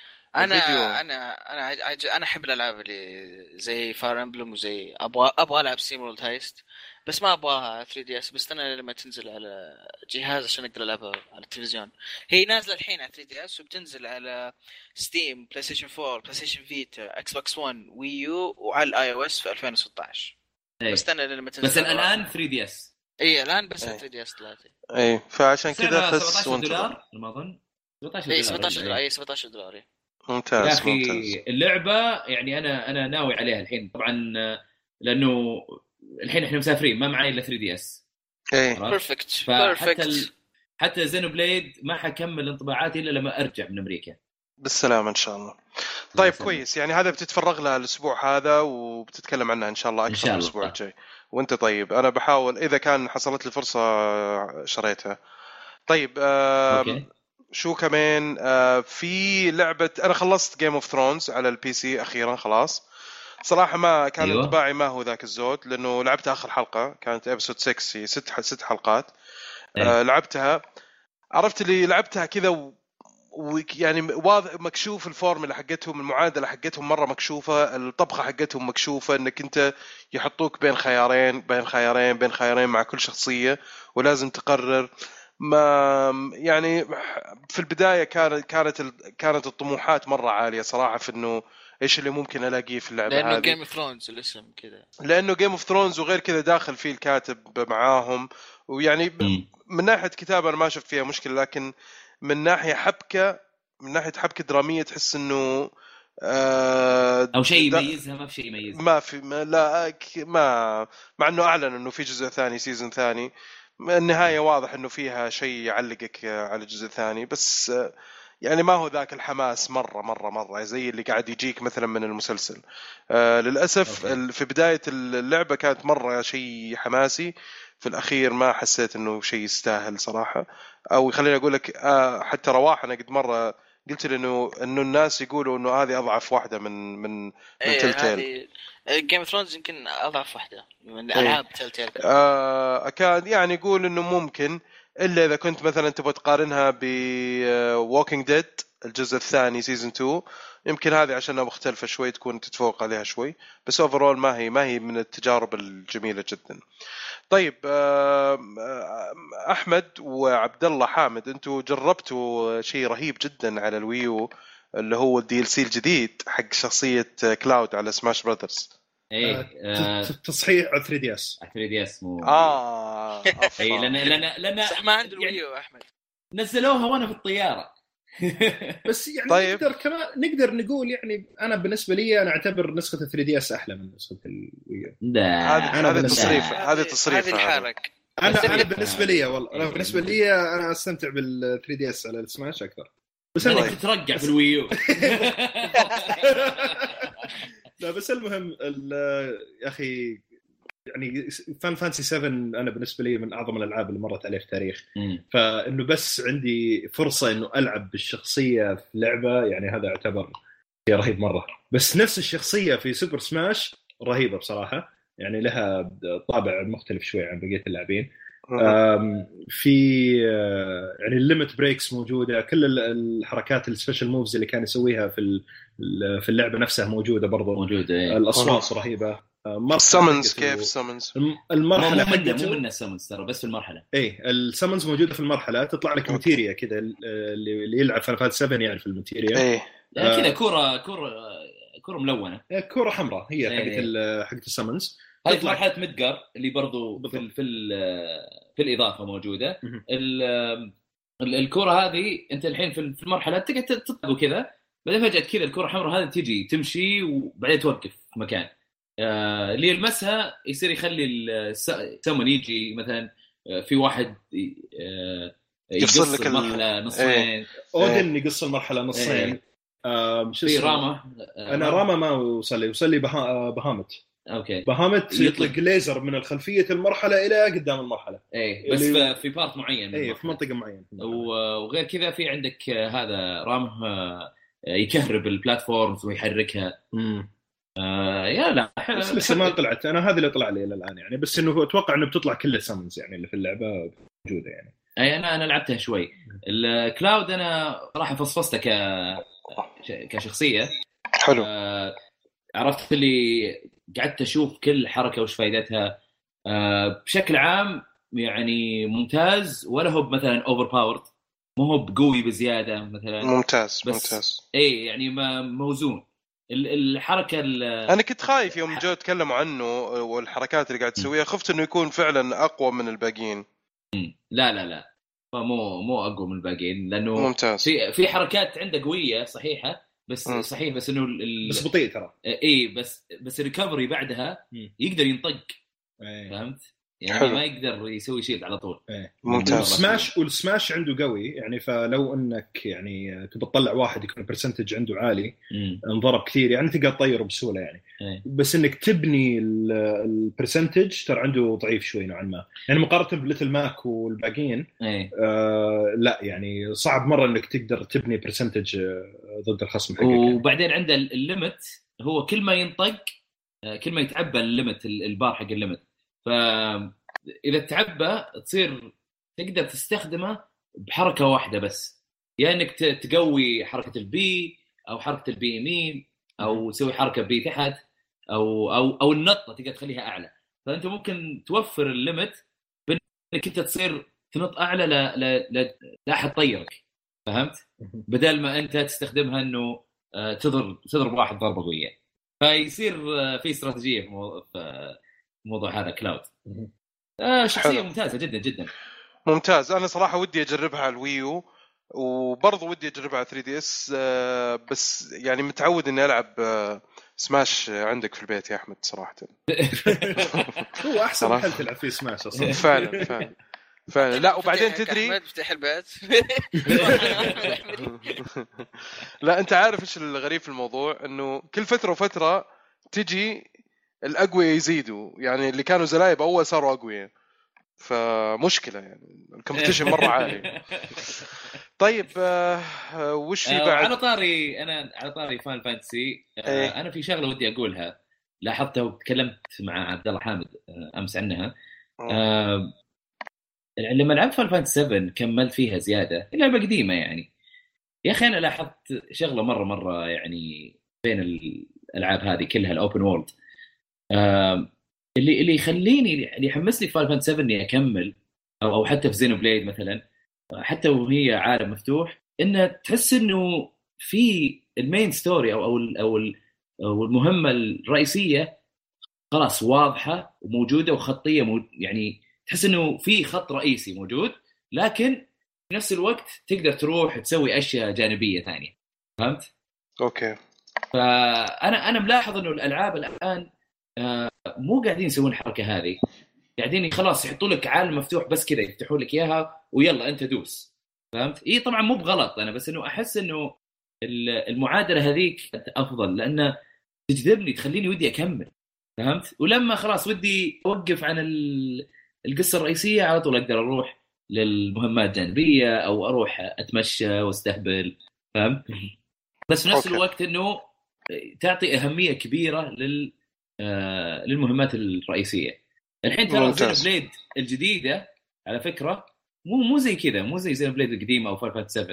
انا احب الالعاب اللي زي فاير امبلم، وزي ابغى العب سيمورلد هايست، بس ما ابغاها 3DS، بس انا لما تنزل على جهاز عشان اقدر العبها على التلفزيون. هي نازله الحين على 3DS وبتنزل على ستيم، بلاي ستيشن 4، بلاي ستيشن فيتا، اكس بوكس 1، وي يو، وعلى الاي او اس في 2016. بس انا لما تنزل بس الان 3DS. اي الان بس 3DS ثلاثه. اي فعشان كذا خس $17 ما اظن، $17. اي $17. ممتاز يا اخي ممتاز. اللعبه يعني انا ناوي عليها الحين طبعا، لانه الحين احنا مسافرين ما معي الا 3DS. ايه بيرفكت. حتى زينو بليد ما حكمل انطباعاتي الا لما ارجع من امريكا بالسلامه ان شاء الله. طيب كويس، يعني هذا بتتفرغ لها الاسبوع هذا وبتتكلم عنها ان شاء الله اكثر الاسبوع الجاي. وانت طيب انا بحاول اذا كان حصلت لي فرصه شريتها. طيب شو كمان في لعبه، انا خلصت جيم اوف ثرونز على البي سي اخيرا خلاص. صراحه ما كان انطباعي ما هو ذاك الزود، لانه لعبت اخر حلقه كانت ابسود 6، هي 6 حلقات. لعبتها، عرفت اللي لعبتها كذا ويعني واضح مكشوف الفورمولا حقتهم، المعادله حقتهم مره مكشوفه، الطبخه حقتهم مكشوفه، انك انت يحطوك بين خيارين مع كل شخصيه ولازم تقرر. ما يعني في البدايه كانت الطموحات مره عاليه صراحه في انه ايش اللي ممكن الاقيه في اللعبه هذه، لانه جيم اوف ثرونز الاسم كذا، لانه جيم اوف ثرونز وغير كذا داخل فيه الكاتب معاهم، ويعني من ناحيه كتابه انا ما شفت فيها مشكله، لكن من ناحيه حبكه دراميه تحس انه او شيء يميزها، ما في شيء يميزها، ما في ما مع انه اعلن انه في جزء ثاني، سيزون ثاني، النهايه واضح انه فيها شيء يعلقك على الجزء الثاني، بس يعني ما هو ذاك الحماس مرة زي اللي قاعد يجيك مثلا من المسلسل. للأسف في بداية اللعبة كانت مرة شيء حماسي، في الأخير ما حسيت إنه شيء يستاهل صراحة. أو خليني أقول لك حتى رواح أنا قد مرة قلت له إنه الناس يقولوا إنه هذه أضعف واحدة من تلتيل. جيم اوف ثرونز يمكن أضعف واحدة من ألعاب تلتيل. أكاد يعني يقول إنه ممكن، إلا إذا كنت مثلا تبغى تقارنها ب Walking Dead الجزء الثاني سيزن 2، يمكن هذه عشانها مختلفة شوي تكون تتفوق عليها شوي، بس overall ما هي من التجارب الجميلة جدا. طيب أحمد وعبد الله حامد، أنتوا جربتوا شيء رهيب جدا على الويو اللي هو DLC الجديد حق شخصية كلاود على سماش براذرز. تصحيح 3DS 3DS مو اي لان ما عنده الويو احمد نزلوها وانا في الطياره. بس يعني طيب. نقدر نقول يعني انا بالنسبه لي انا اعتبر نسخه 3DS احلى من نسخه الويو. هذا تصريف الحركه. انا بالنسبه لي والله انا بالنسبه لي انا استمتع بال 3DS على السماش اكثر. بس انا تترقع في الويو. لا بس المهم يا اخي يعني فان فانسي 7 انا بالنسبه لي من اعظم الالعاب اللي مرت عليه في التاريخ. فانه بس عندي فرصه انه العب بالشخصيه في لعبه يعني هذا يعتبر شيء رهيب مره. بس نفس الشخصيه في سوبر سماش رهيبه بصراحه، يعني لها طابع مختلف شوي عن بقيه اللاعبين. في يعني الليمت بريكس موجوده، كل الحركات السبيشال موفز اللي كان يسويها في اللعبه نفسها موجوده برضو موجوده. الاصوات رهيبه. السمنز كيف السمنز المرحله مو من السمنز ترى بس في المرحله. السمنز موجوده في المرحله، تطلع لك ماتيريا كذا اللي يلعب فان فانتسي 7 يعرف الماتيريا. كذا كره ملونه، كره حمراء هي حقت السمنز. هذه مرحله مدقر اللي برضو في الاضافه موجوده. الكره هذه انت الحين في المرحله تقعد تطق وكذا، بعدين فجاه كذا الكره الحمراء هذه تيجي تمشي وبعدين توقف في مكان اللي يلمسها يصير يخلي السمن يجي مثلا في واحد يقص المرحله نصين. اودن يقص المرحله نصين. في راما انا راما ما وصل لي بهامت. اوكي بهامت يطلق ليزر من الخلفيه المرحله الى قدام المرحله. بس في بارت معين في منطقه معينه. وغير كذا في عندك هذا رام يكهرب البلاتفورمز ويحركها. يا لا بس لسه ما طلعت انا هذه اللي طلع لي الان يعني، بس انه اتوقع انه بتطلع كل السامونز يعني اللي في اللعبه موجوده يعني. انا لعبتها شوي. الكلاود انا راح فصفصته كشخصيه حلو. عرفت اللي قعدت اشوف كل حركه وش فائدتها. بشكل عام يعني ممتاز، ولا هو مثلا اوفر باورد، مو هو بقوي بزياده مثلا. ممتاز يعني موزون الحركه. انا كنت خايف يوم جو تكلموا عنه والحركات اللي قاعد تسويها، خفت انه يكون فعلا اقوى من الباقيين. لا مو اقوى من الباقيين، لانه ممتاز. في حركات عنده قويه صحيحه، بس صحيح بس انه بس بطيء ترى. بس الريكفري بعدها يقدر ينطق. فهمت يعني حلو. ما يقدر يسوي شيء على طول. ممتاز. والسماش عنده قوي يعني، فلو انك يعني تبي تطلع واحد يكون برسنتج عنده عالي انضرب كثير يعني تقدر تطيره بسهوله يعني. بس انك تبني البرسنتج ترى عنده ضعيف شوي نوعا ما يعني مقارنه بليتل ماك والباقيين. لا يعني صعب مره انك تقدر تبني برسنتج ضد الخصم حقك. وبعدين عنده الليمت، هو كل ما ينطق كل ما يتعبى الليمت البار حق الليمت، فإذا تعبى تصير تقدر تستخدمه بحركة واحدة بس، يعني انك تقوي حركة البي او حركة البي يمين او تسوي حركة بي تحت او النطة تقدر تخليها اعلى. فانت ممكن توفر الليمت بانك انت تصير تنط اعلى لا احد طيرك. فهمت؟ بدل ما انت تستخدمها انه تضرب واحد ضربة قوية. فيصير في استراتيجية في موضوع هذا كلاود. شخصية ممتازة جدا جدا. ممتاز. أنا صراحة ودي أجربها على الويو، وبرضه ودي أجربها على 3DS. بس يعني متعود إني ألعب سماش عندك في البيت يا أحمد صراحة. هو أحسن محل تلعب فيه سماش أصلا. فعلا. فعلا. لا وبعدين تدري افتح البيت. لا انت عارف ايش الغريب في الموضوع؟ انه كل فتره وفتره تجي الاقوياء يزيدوا، يعني اللي كانوا زلايب اول صاروا اقوياء، فمشكله يعني الكومبيتيشن مره عالي. طيب وش في بعد؟ على طاري فان فانتسي، انا في شغله ودي اقولها لاحظتها وتكلمت مع عبد الله حامد امس عنها. لما لعبت فان فانتسي 7 كملت فيها زياده، لعبه قديمه يعني. يا اخي انا لاحظت شغله مره يعني بين الالعاب هذه كلها الاوبن وورلد، اللي يخليني اللي يحمسني في فان فانتسي 7 اني اكمل، او حتى في زينو بليد مثلا، حتى وهي عالم مفتوح، انه تحس انه في المين ستوري او المهمه الرئيسيه خلاص واضحه وموجوده وخطيه يعني تحس انه في خط رئيسي موجود، لكن في نفس الوقت تقدر تروح تسوي اشياء جانبيه ثانيه. فهمت؟ اوكي. فانا ملاحظ انه الالعاب الان مو قاعدين يسوون الحركه هذه، قاعدين خلاص يحطوا لك عالم مفتوح بس كذا، يفتحوا لك اياها ويلا انت دوس. فهمت؟ اي طبعا مو بغلط انا، بس انه احس انه المعادله هذيك افضل، لانه تجذبني تخليني ودي اكمل. فهمت؟ ولما خلاص ودي اوقف عن القصه الرئيسيه على طول اقدر اروح للمهمات الجانبيه او اروح اتمشى واستهبل. فهمت؟ بس في نفس الوقت انه تعطي اهميه كبيره للمهمات الرئيسيه. الحين ترى زين بليد الجديده على فكره مو زي كذا، مو زي زين بليد القديمه او فاير فانتسي 7.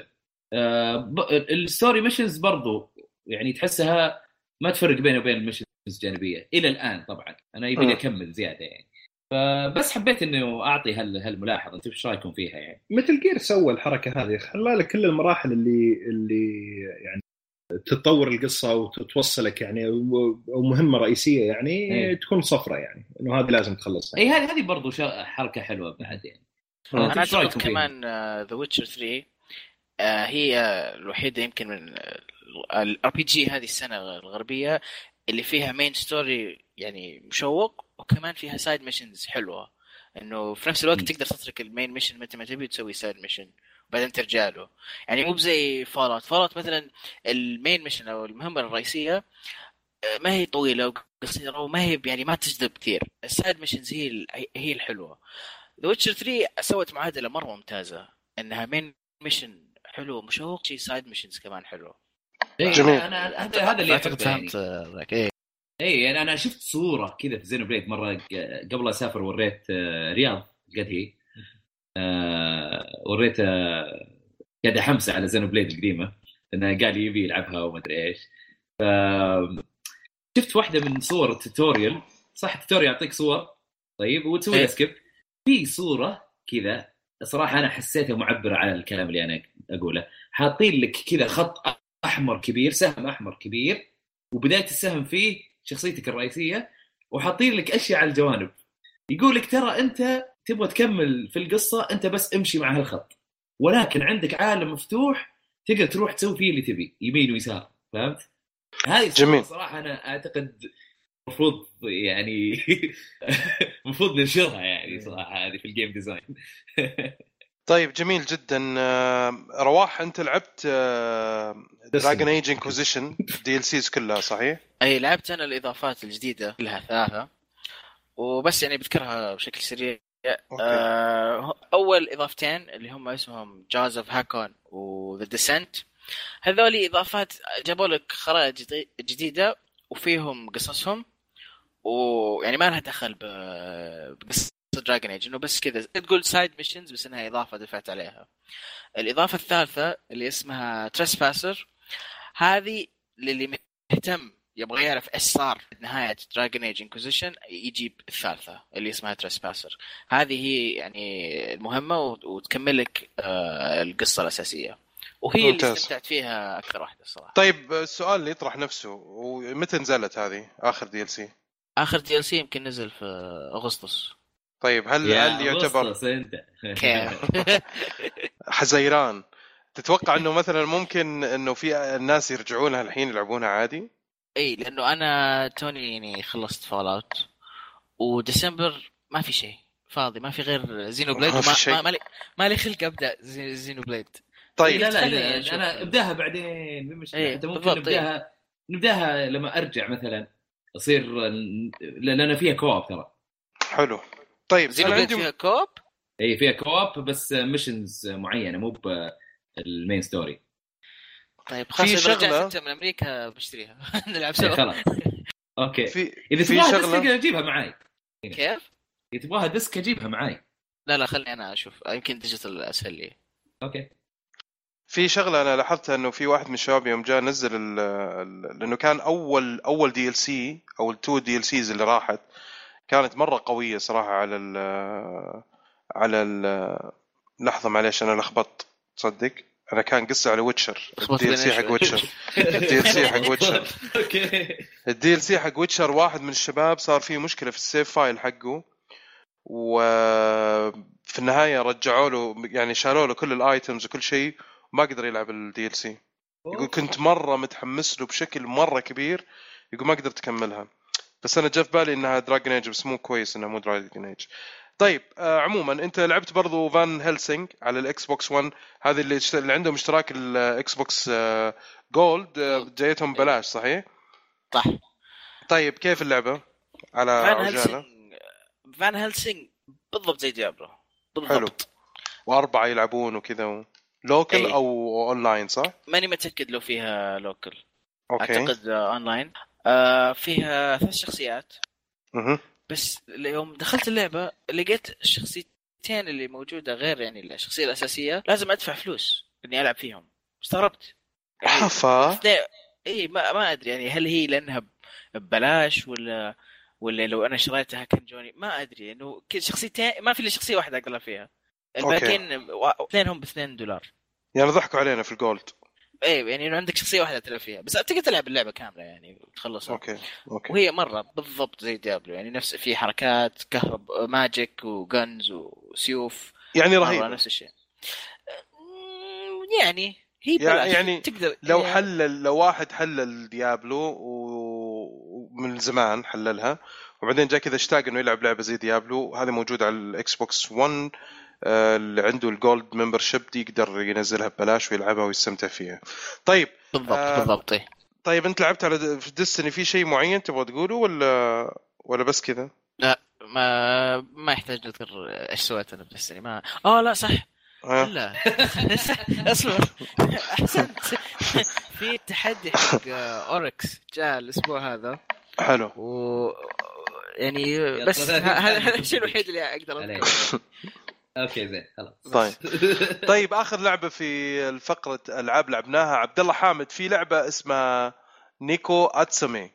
الستوري ميشنز برضو يعني تحسها ما تفرق بينه وبين الميشنز الجانبيه الى الان. طبعا انا يبي اكمل زياده يعني، فبس حبيت انه اعطي هالملاحظه. انتم ايش رايكم فيها؟ يعني مثل جير سوى الحركه هذه، خلى لك كل المراحل اللي يعني تتطور القصه وتوصلك يعني او مهمه رئيسيه يعني تكون صفرة، يعني انه هذه لازم تخلصها. اي هذه برضو حركه حلوه بعد يعني. انا اعتقد كمان ذا ويتشر 3 هي الوحيده يمكن من الار بي جي هذه السنه الغربيه اللي فيها مين ستوري يعني مشوق، وكمان فيها سايد ميشنز حلوه، انه في نفس الوقت تقدر تترك المين ميشن متى ما تبي تسوي سايد ميشن وبعدين ترجع له. يعني مو زي فالوت مثلا المين ميشن او المهمه الرئيسيه ما هي طويله وقصيره وما هي يعني ما تجذب كثير. السايد ميشنز هي الحلوه. ذا ويتشر 3 سوت معادله مره ممتازه، انها مين ميشن حلو مشوق، شيء سايد ميشنز كمان حلو. جميل. انا هذا اللي اعتقد فهمت ذاك. يعني انا شفت صوره كذا في زينو بليد مره قبل اسافر، وريت رياض قد هي وريت قاعد حمسه على زينو بليد القديمه، لانه قال يبي يلعبها وما ادري ايش. شفت واحده من صور التوتوريال، صح التوتوريال يعطيك صور طيب وتسوي سكيب، في صوره كذا صراحه انا حسيتها معبره على الكلام اللي انا اقوله. حاطين لك كذا خط احمر كبير، سهم احمر كبير، وبدايه السهم فيه شخصيتك الرئيسيه، وحاطين لك اشياء على الجوانب. يقول لك ترى انت تبغى تكمل في القصه، انت بس امشي مع هالخط، ولكن عندك عالم مفتوح تقدر تروح تسوي فيه اللي تبي يمين ويسار. فهمت؟ هاي صراحه انا اعتقد المفروض يعني المفروض ننشرها يعني صراحه هذه في الجيم ديزاين. طيب جميل جدا. رواح انت لعبت دراجون ايج انكوزيشن دي ال سيز كلها صحيح؟ اي لعبت انا الاضافات الجديده كلها 3 وبس، يعني بذكرها بشكل سريع. اول اضافتين اللي هم اسمهم جاز اوف هاكون وذا ديسنت، هذول اضافات جابوا لك خرائط جديده وفيهم قصصهم، ويعني ما لها دخل بقصه دراجون ايج، انه بس كذا تقول سايد ميشنز بس انها اضافه دفعت عليها. الاضافه الثالثه اللي اسمها تريسباسر، هذه للي مهتم يبغى يعرف ايش صار في نهايه دراجون ايج انكوزيشن يجيب الثالثه اللي اسمها تريسباسر. هذه هي يعني المهمه وتكمل لك القصه الاساسيه، وهي اللي استمتعت فيها اكثر واحده الصراحه. طيب السؤال اللي يطرح نفسه، ومتى نزلت هذه اخر دي ال سي؟ اخر دي ال سي يمكن نزل في اغسطس. طيب هل يعتبر حزيران؟ تتوقع انه مثلا ممكن انه في الناس يرجعونها الحين يلعبونها عادي؟ اي لانه انا توني يعني خلصت فال اوت وديسمبر ما في شيء، فاضي ما في غير زينو بليد ما لي خلق ابدا زينو بليد. طيب لا انا ابداها بعدين مش انت ممكن نبداها لما ارجع مثلا اصير لان فيها كواب ترى. حلو. طيب زينو بليد فيها كواب؟ اي فيها كواب بس ميشنز معينه مو بالمين ستوري. طيب خلاص رجعت من امريكا بشتريها نلعب سوا. خلاص اوكي. اذا تبغاها ديسك اجيبها معاي. كيف؟ اذا تبغاها ديسك اجيبها معاي. لا خليني انا اشوف يمكن ديجيتال اسهل لي. اوكي. في شغله انا لاحظتها انه في واحد من الشباب يوم جاء نزل لانه كان اول دي ال سي او التو دي ال سيز اللي راحت كانت مره قويه صراحه على ال لحظه معليش انا لخبطت تصدق انا كان قصه على ويتشر الدي ال سي حق ويتشر الدي ال سي حق ويتشر اوكي الدي ال سي حق ويتشر واحد من الشباب صار فيه مشكله في السيف فايل حقه وفي النهايه رجعوا له يعني شالوا له كل الايتمز وكل شيء ما قدر يلعب الدي ال سي. يقول كنت مره متحمس له بشكل مره كبير يقول ما قدرت اكملها بس انا جاء في بالي انها دراجون ايج بس مو كويس انها مو دراجون ايج. طيب عموما انت لعبت برضو فان هيلسينج على الاكس بوكس 1 هذه اللي عندهم اشتراك الاكس بوكس جولد جايتهم بلاش صحيح؟ صح. طيب كيف اللعبه على عجاله؟ فان هيلسينج بالضبط زي ديابلو بالضبط. حلو. واربعه يلعبون وكذا لوكل او اونلاين صح؟ ماني متاكد لو فيها لوكل. أوكي. اعتقد اونلاين. فيها 3 شخصيات. بس يوم دخلت اللعبه لقيت الشخصيتين اللي موجوده غير يعني الشخصيه الاساسيه لازم ادفع فلوس اني العب فيهم. استغربت يعني اي ما ادري يعني هل هي لانها ببلاش ولا لو انا شريتها كان جوني ما ادري انه كل شخصيتين ما في الا شخصيه واحده اقدر فيها الباقيين اثنينهم $2 يعني ضحكوا علينا في الجولد. ايه يعني انه عندك شخصيه واحده تلعب فيها بس تقدر تلعب اللعبه كامله يعني تخلصها. اوكي. وهي مره بالضبط زي ديابلو يعني نفس في حركات كهرب ماجيك وغنز وسيوف يعني رهيب نفس الشيء يعني هي يعني تقدر لو حلل لو واحد حلل ديابلو ومن زمان حللها وبعدين جاء كذا اشتاق انه يلعب لعبه زي ديابلو هذه موجوده على الاكس بوكس 1 اللي عنده الجولد ممبرشيب دي يقدر ينزلها ببلاش ويلعبها ويستمتع فيها. طيب بالضبط. طيب انت لعبت على ديستني في شيء معين تبغى تقوله ولا بس كذا؟ لا ما يحتاج نذكر ايش سويت انا بديستني ما لا صح لا اصبر احسنت في تحدي حق اوركس جاء الاسبوع هذا حلو يعني بس هذا الشيء الوحيد اللي اقدر اذكره. اوكي زين خلاص. طيب اخر لعبه في الفقره العاب لعبناها عبد الله حامد في لعبه اسمها نيكو اتسومي.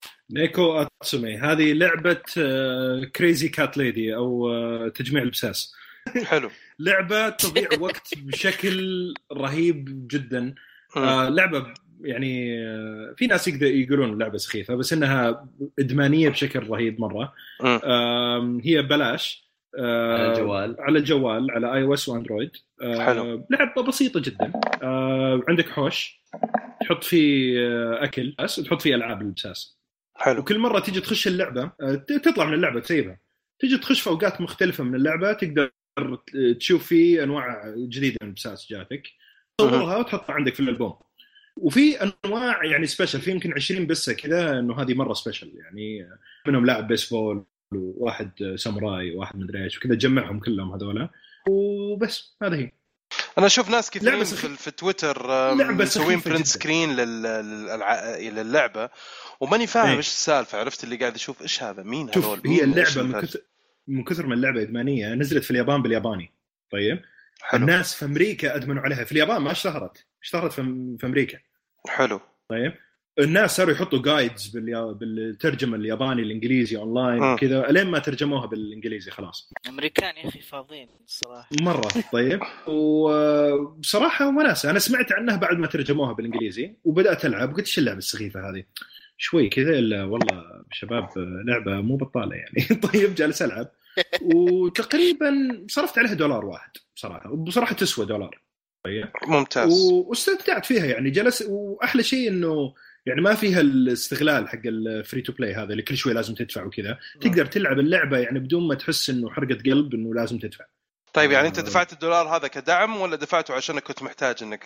هذه لعبه كريزي كات ليدي او تجميع البساس. حلو. لعبه تضيع وقت بشكل رهيب جدا. لعبه يعني في ناس يقولون لعبه سخيفه بس انها ادمانيه بشكل رهيب مره. هي بلاش على الجوال على اي او اس واندرويد. لعبه بسيطه جدا. عندك حوش تحط فيه اكل بس تحط فيه العاب البساس. حلو. وكل مره تيجي تخش اللعبه تطلع من اللعبه تسيبها تيجي تخش في اوقات مختلفه من اللعبه تقدر تشوف فيه انواع جديده من البساس جاتك تصورها وتحطها عندك في الالبوم. وفي انواع يعني سبيشل في يمكن 20 بسه كذا انه هذه مره سبيشل يعني منهم لاعب بيسبول وواحد ساموراي وواحد مدري ايش وكذا تجمعهم كلهم هذولا وبس. هذا هي. انا اشوف ناس كثيرين في تويتر مسوين برنت سكرين للعبه وماني فاهم ايش السالفه. عرفت اللي قاعد اشوف ايش هذا مين هذول. هي اللعبه من كثر ما اللعبه ادمانيه نزلت في اليابان بالياباني. طيب حلو. الناس في امريكا ادمنوا عليها في اليابان ما اشتهرت في امريكا. حلو. طيب الناس صاروا يحطوا جايدز بالترجمه الياباني الانجليزي اونلاين وكذا لين ما ترجموها بالانجليزي خلاص. امريكان يا اخي فاضيين الصراحه مره. طيب وبصراحه انا سمعت عنها بعد ما ترجموها بالانجليزي وبدات العب قلت ايش اللعبه السخيفه هذه شوي كذا الا والله شباب لعبه مو بطاله يعني. طيب جالس العب وتقريبا صرفت عليها $1 بصراحه وبصراحه تسوى $1. طيب ممتاز. واستمتعت فيها يعني جلس. واحلى شيء انه يعني ما فيها الاستغلال حق الفري تو بلاي هذا اللي كل شوي لازم تدفع وكذا. تقدر تلعب اللعبه يعني بدون ما تحس انه حرقه قلب انه لازم تدفع. طيب يعني انت دفعت $1 هذا كدعم ولا دفعته عشانك كنت محتاج انك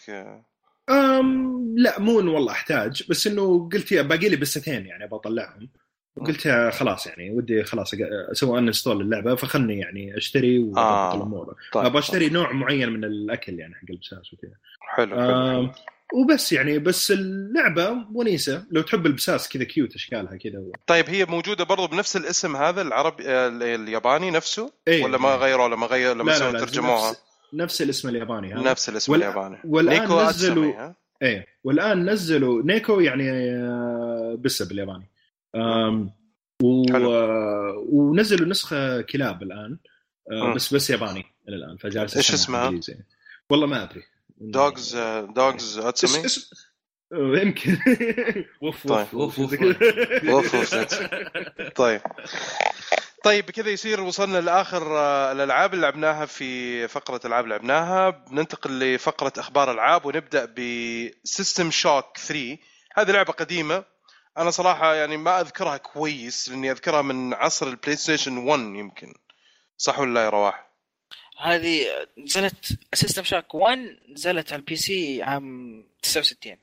لا مو انه والله احتاج، بس انه قلت يا باقي لي بستين يعني بطلعهم، وقلت خلاص يعني ودي خلاص اسوي انستول اللعبه، فخلني يعني اشتري واضبط الامور. طيب. ابغى اشتري نوع معين من الاكل يعني حق البساس وكذا. حلو. وبس يعني بس اللعبه ونيسه لو تحب البساس كذا كيوت اشكالها كذا. طيب هي موجوده برضو بنفس الاسم هذا العربي الياباني نفسه ولا ما غيروا ولا ما غيروا لما سووا ترجموها؟ نفس الاسم الياباني هذا، نفس الاسم الياباني. والان نزلوا والان نزلوا نيكو يعني بس بالياباني. ونزلوا نسخه كلاب الان بس ياباني الى الان، فجالس ايش اسمها؟ والله ما ادري. دوجز اتسمي يمكن وف طيب كذا يصير وصلنا لاخر الالعاب اللي لعبناها في فقره العاب لعبناها. بننتقل لفقره اخبار العاب ونبدا بسيستم شوك 3. هذه لعبه قديمه انا صراحه يعني ما اذكرها كويس لاني اذكرها من عصر البلاي ستيشن 1 يمكن، صح ولا لا يا رواح؟ هذه نزلت سيستم شوك 1 نزلت على البي سي عام 69.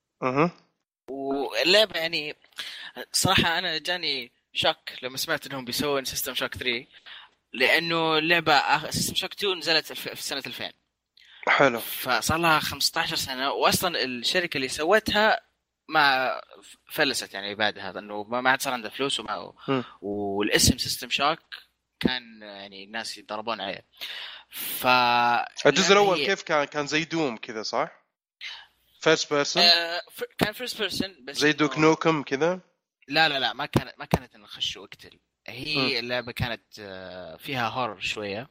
واللعبه يعني صراحه انا جاني شوك لما سمعت انهم بيسوون سيستم شوك 3، لانه اللعبه سيستم شوك 2 نزلت في سنه 2000. حلو. فصار لها 15 سنه، واصلا الشركه اللي سوتها ما فلست يعني بعد هذا، انه ما عاد صار عندها فلوس والاسم سيستم شوك كان يعني الناس يضربون عليه. الجزء الاول كيف كان زي دوم كذا صح؟ فيرست بيرسون كان فيرست بيرسون بس زي دوك نوكم كذا. لا ما كانت نخش وقتل. هي اللعبه كانت فيها هورر شويه.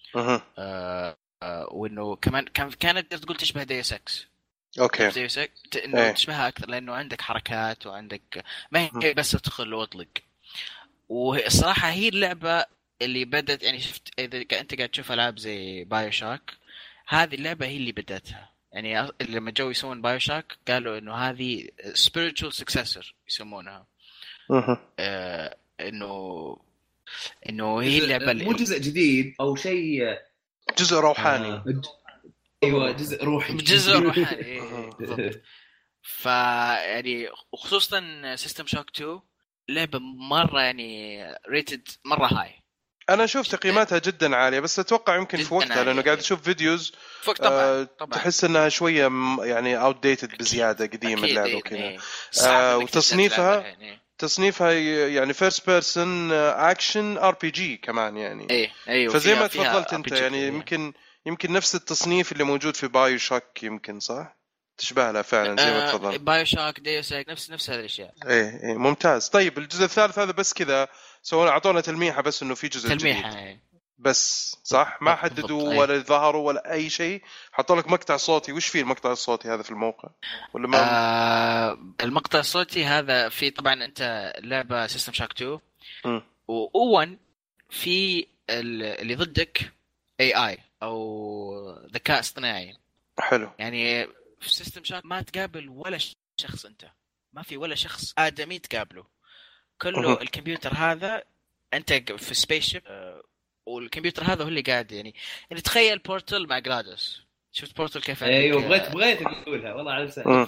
وانه كمان كانت تقول تشبه ديوس اكس. اوكي ديوس اكس انه تشبهها اكثر لانه عندك حركات وعندك ما هي بس تدخل واطلق. والصراحه هي اللعبه اللي بدت يعني شفت اذا انت قاعد تشوف العاب زي بايو شوك، هذه اللعبه هي اللي بدتها. يعني لما جو يسوون بايو شوك قالوا انه هذه spiritual successor يسمونها. انه هي اللعبه مو جزء جديد او شيء، جزء روحاني. ايوه جزء روحي. يعني وخصوصا سيستم شوك 2 لعبه مره يعني ريتد مره هاي. انا اشوف تقييماتها جدا عاليه، بس اتوقع يمكن في وقتها لانه قاعد اشوف فيديوز طبعا. تحس انها شويه يعني اوت ديتد بزياده، قديمه اللعبه وكذا. وتصنيفها يعني فيرست بيرسون اكشن ار بي جي كمان يعني. ايوه فزي ما تفضلت انت يعني يمكن نفس التصنيف اللي موجود في بايو شوك يمكن صح؟ تشبه لها فعلا زي ما تفضل. بايو شوك ديوس اكس نفس هذه الاشياء. ايه ممتاز. طيب الجزء الثالث هذا بس كذا سووا اعطونا تلميحه بس انه في جزء تلميحه جديد بس صح؟ ما حددوا ولا ظهروا ولا اي شيء. حطوا لك مقطع صوتي. وش فيه المقطع الصوتي هذا في الموقع ولا ما المقطع الصوتي هذا في طبعا انت لعبه سيستم شوك 2 و1 في اللي ضدك AI او ذكاء اصطناعي. حلو. يعني في سيستم شوك ما تقابل ولا شخص، انت ما في ولا شخص آدمي تقابله، كله الكمبيوتر هذا. انت في سبيس شيب والكمبيوتر هذا هو اللي قاعد يعني تخيل بورتل مع جلادوس. شفت بورتل كيف؟ ايوه بغيت اقولها والله على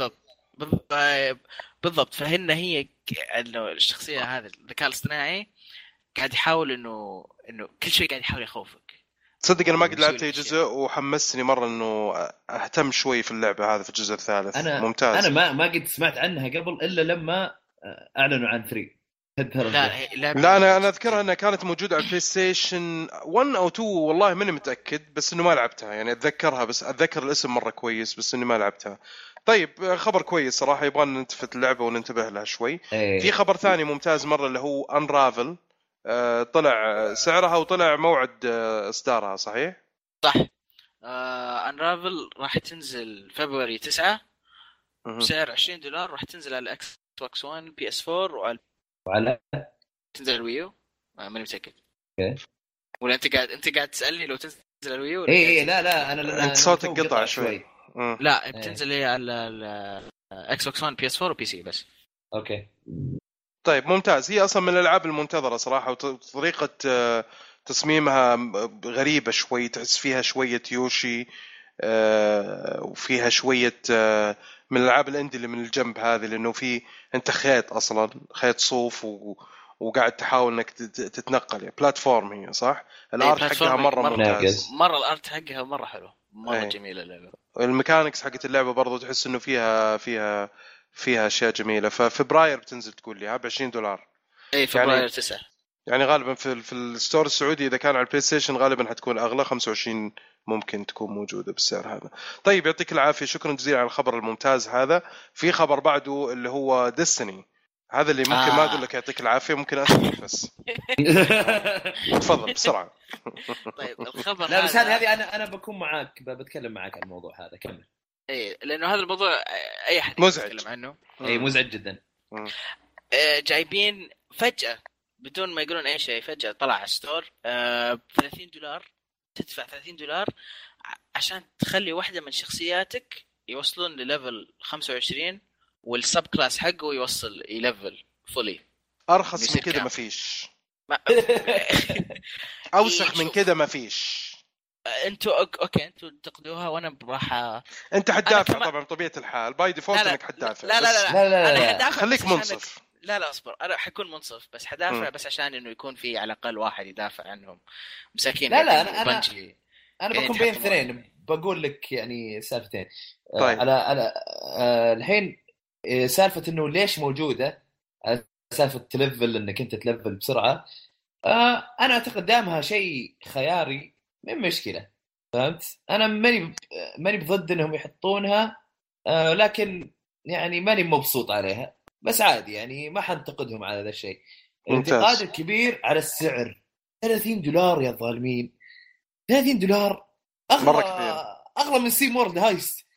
بالضبط. فهنا هي انه الشخصيه هذا الذكاء الاصطناعي قاعد يحاول انه كل شيء قاعد يحاول يخوفك. تصدق انا ما قد لعبت اي جزء وحمسني مره انه اهتم شوي في اللعبه هذه في الجزء الثالث. ممتاز. انا ما قد سمعت عنها قبل الا لما اعلنوا عن 3. لا انا اذكرها انها كانت موجوده على البلاي ستيشن 1 او 2 والله ماني متاكد، بس انه ما لعبتها يعني اتذكرها، بس اتذكر الاسم مره كويس بس اني ما لعبتها. طيب خبر كويس صراحه، يبغى نلتفت اللعبه وننتبه لها شوي. في خبر ثاني ممتاز مره اللي هو انرافل. طلع سعرها وطلع موعد اصدارها صحيح؟ صح. انرافل راح تنزل فبراير 9 بسعر $20. راح تنزل على اكس بوكس 1 بي اس 4 وعلى تنزل الويو. ماني متاكد. ولا انت قاعد تسالني لو تنزل الويو؟ اي لا انا انت صوتك قطع شوي. لا بتنزل هي على اكس بوكس 1 PS4 وبي سي بس. اوكي طيب ممتاز. هي اصلا من الالعاب المنتظره صراحه، وطريقه تصميمها غريبه شوي، تحس فيها شويه يوشي وفيها شويه من الالعاب الاندي اللي من الجنب هذه، لانه في انت خيط اصلا، خيط صوف وقاعد تحاول انك تتنقل يعني بلاتفورم. هي صح الارت حقها مره ممتاز، مره الارت حقها مره حلو، مره جميله اللعبه. الميكانكس حقت اللعبه برضو تحس انه فيها اشياء جميله. ففبراير بتنزل تقول لي ب$20. اي فبراير 9 يعني غالبا في الستور السعودي اذا كان على البلاي ستيشن غالبا حتكون اغلى، 25 ممكن تكون موجوده بالسعر هذا. طيب يعطيك العافيه، شكرا جزيلا على الخبر الممتاز هذا. في خبر بعده اللي هو ديستني، هذا اللي ممكن ما اقول لك يعطيك العافيه، ممكن اسالك بس. تفضل بسرعه. طيب الخبر لا بس هذه انا بكون معاك، بتكلم معاك عن الموضوع هذا. كمل. ايه لانه هذا الموضوع اي احد يتكلم عنه. اي مزعج جدا. جايبين فجأة بدون ما يقولون اي شيء، فجأة طلع على الستور $30 تدفع $30 عشان تخلي واحدة من شخصياتك يوصلون لليفل 25 والسب كلاس حقه يوصل يليفل فولي. ارخص من كده مفيش، اوسخ من كده مفيش. انتوا اوكي انتوا تقدوها وانا براحة. انت حتدافع طبعا بطبيعة الحال، باي ديفولت انك حتدافع. لا خليك منصف. لا اصبر، انا حكون منصف بس حدافع بس عشان انه يكون في على الاقل واحد يدافع عنهم مساكين. لا انا بكون بين اثنين، بقول لك يعني سالفتين. طيب. انا الحين سالفه انه ليش موجوده سالفه تلفل، انك انت تلفل بسرعه. انا اعتقد دامها شيء خياري من مشكله، فهمت؟ انا ماني بضد انهم يحطونها، لكن يعني ماني مبسوط عليها، بس عادي يعني ما حنتقدهم على هذا الشيء. الانتقاد الكبير على السعر، $30 يا ظالمين. $30 اغلى من سي مورد هايست.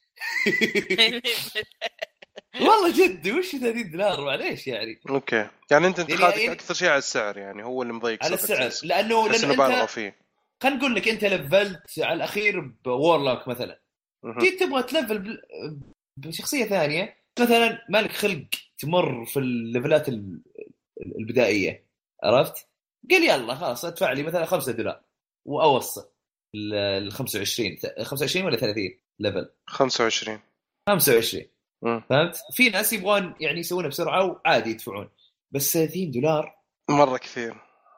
والله جد وش $30 معليش يعني. اوكي يعني انت انتقادك يعني اكثر شيء على السعر، يعني هو اللي مضايق على السعر، لانه بالغ فيه. خلينا نقول لك انت لفلت على الاخير بوورلوك مثلا، جيت تبغى تلفل بشخصيه ثانيه مثلا، مالك خلق تمر في الليفلات البدائيه، عرفت؟ قال يلا خلاص ادفع لي مثلا $5 واوصل ال 25 ولا 30 ليفل. 25 فهمت؟ في ناس يبغون يعني يسوونها بسرعه وعادي يدفعون، بس $30 مره كثير.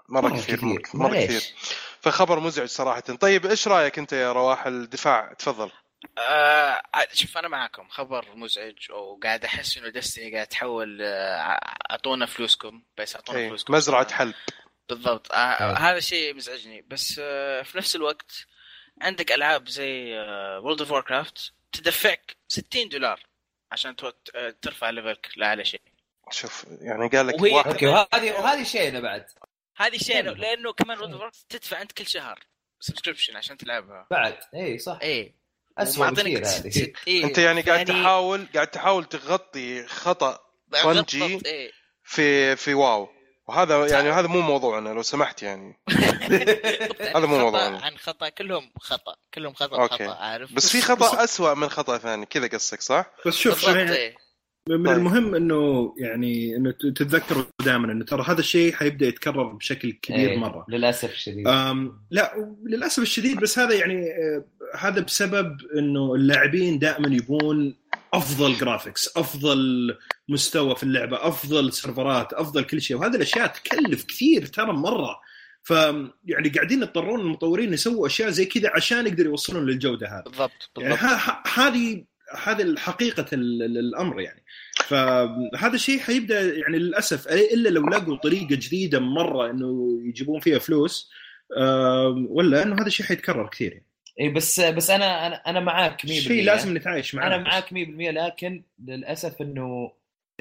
فخبر مزعج صراحه. طيب ايش رايك انت يا رواح الدفاع؟ تفضل. شوف انا معكم، خبر مزعج وقاعد احس انه دستني قاعد تحول اعطونا فلوسكم بس، اعطونا فلوسكم مزرعه حلب بالضبط. هذا شيء مزعجني. بس في نفس الوقت عندك العاب زي وورلد اوف واركرافت تدفعك $60 عشان ترفع ليفلك لاعلى شيء. شوف يعني قال لك واحد وهذه شيء بعد، هذه شيء لانه كمان وورلد اوف واركرافت تدفع انت كل شهر سبسكريبشن عشان تلعبها بعد. اي صح، اي اسوء كثير هذه. انت يعني قاعد تحاول تغطي خطأ بنجي في واو، وهذا يعني هذا مو موضوعنا لو سمحت يعني. هذا مو موضوعنا. عن خطأ كلهم خطأ عارف، بس في خطأ أسوأ من خطأ ثاني كذا قصك صح؟ بس شوف من المهم انه يعني انه تتذكروا دائما انه ترى هذا الشيء حيبدا يتكرر بشكل كبير مره للاسف الشديد. لا للاسف الشديد، بس هذا يعني هذا بسبب انه اللاعبين دائما يبون افضل جرافيكس، افضل مستوى في اللعبه، افضل سيرفرات، افضل كل شيء، وهذه الاشياء تكلف كثير ترى مره. يعني قاعدين يضطرون المطورين يسووا اشياء زي كذا عشان يقدروا يوصلون للجوده هذه بالضبط. يعني هذه الحقيقه الامر يعني. فهذا الشيء حيبدا يعني للاسف، الا لو لقوا طريقه جديده مره انه يجيبون فيها فلوس، ولا انه هذا الشيء حيتكرر كثير يعني. اي بس انا معاك 100%. شيء لازم نتعايش معه. انا معاك 100%، لكن للاسف انه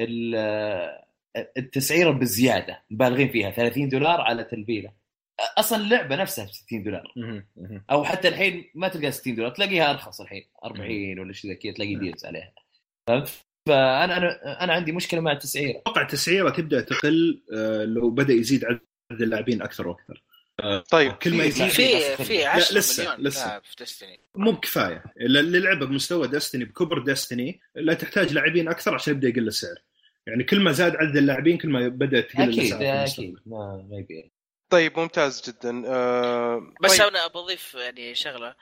التسعيره بالزياده مبالغين فيها. $30 على تلفيله، اصلا اللعبه نفسها $60 او حتى الحين ما تلقى $60، تلاقيها ارخص الحين 40 ولا شيء كذا، تلاقي ديلز عليها. فانا عندي مشكله مع التسعيره. اتوقع التسعيره تبدا تقل لو بدا يزيد عدد اللاعبين اكثر واكثر. طيب كل ما يزيد في 10 لسه مليون لاعب في ديستني، مو بكفايه اللي لعبه بمستوى ديستني بكبر ديستني، لا تحتاج لاعبين اكثر عشان يبدا يقل السعر. يعني كل ما زاد عدد اللاعبين كل ما بدات تقل الاسعار. اكيد ما يبي. طيب ممتاز جدا. بس طيب. انا بضيف يعني شغله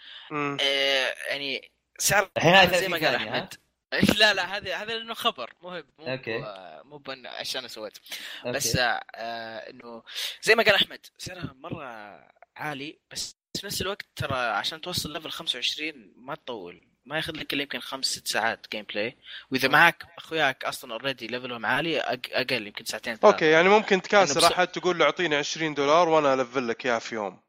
يعني سعر زي ما قال احمد. لا هذا لانه خبر مهم، مو عشان انا سويت بس انه زي ما قال احمد سعرها مره عالي، بس في نفس الوقت ترى عشان توصل ليفل 25 ما تطول، ما ياخذ لك الا يمكن 5-6 ساعات جيم بلاي، واذا معك اخوياك اصلا اوريدي ليفلهم عالي اقل يمكن 2-3 اوكي يعني ممكن تكاسر احد تقول له اعطيني $20 وانا الفل لك اياه في يوم.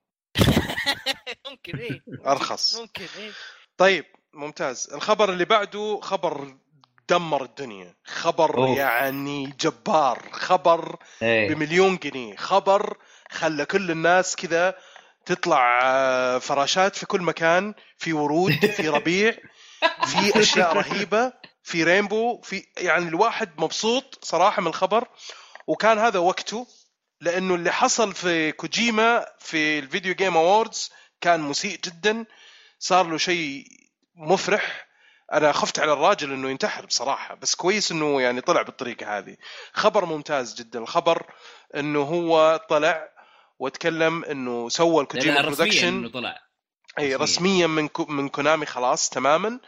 ممكن ايه ارخص ممكن ايه. طيب ممتاز. الخبر اللي بعده خبر دمر الدنيا، خبر يعني جبار، خبر بمليون جنيه، خبر خلى كل الناس كذا تطلع فراشات في كل مكان، في ورود، في ربيع، في أشياء رهيبة، في رينبو، في يعني الواحد مبسوط صراحة من الخبر. وكان هذا وقته، لأنه اللي حصل في كوجيما في الفيديو جيم أواردز كان مسيء جدا، صار له شيء مفرح. أنا خفت على الراجل إنه ينتحر بصراحة، بس كويس إنه يعني طلع بالطريقة هذه. خبر ممتاز جدا الخبر، إنه هو طلع وتكلم إنه سوى الكوجيما برودكشن، أي رسميا من كونامي خلاص تماما.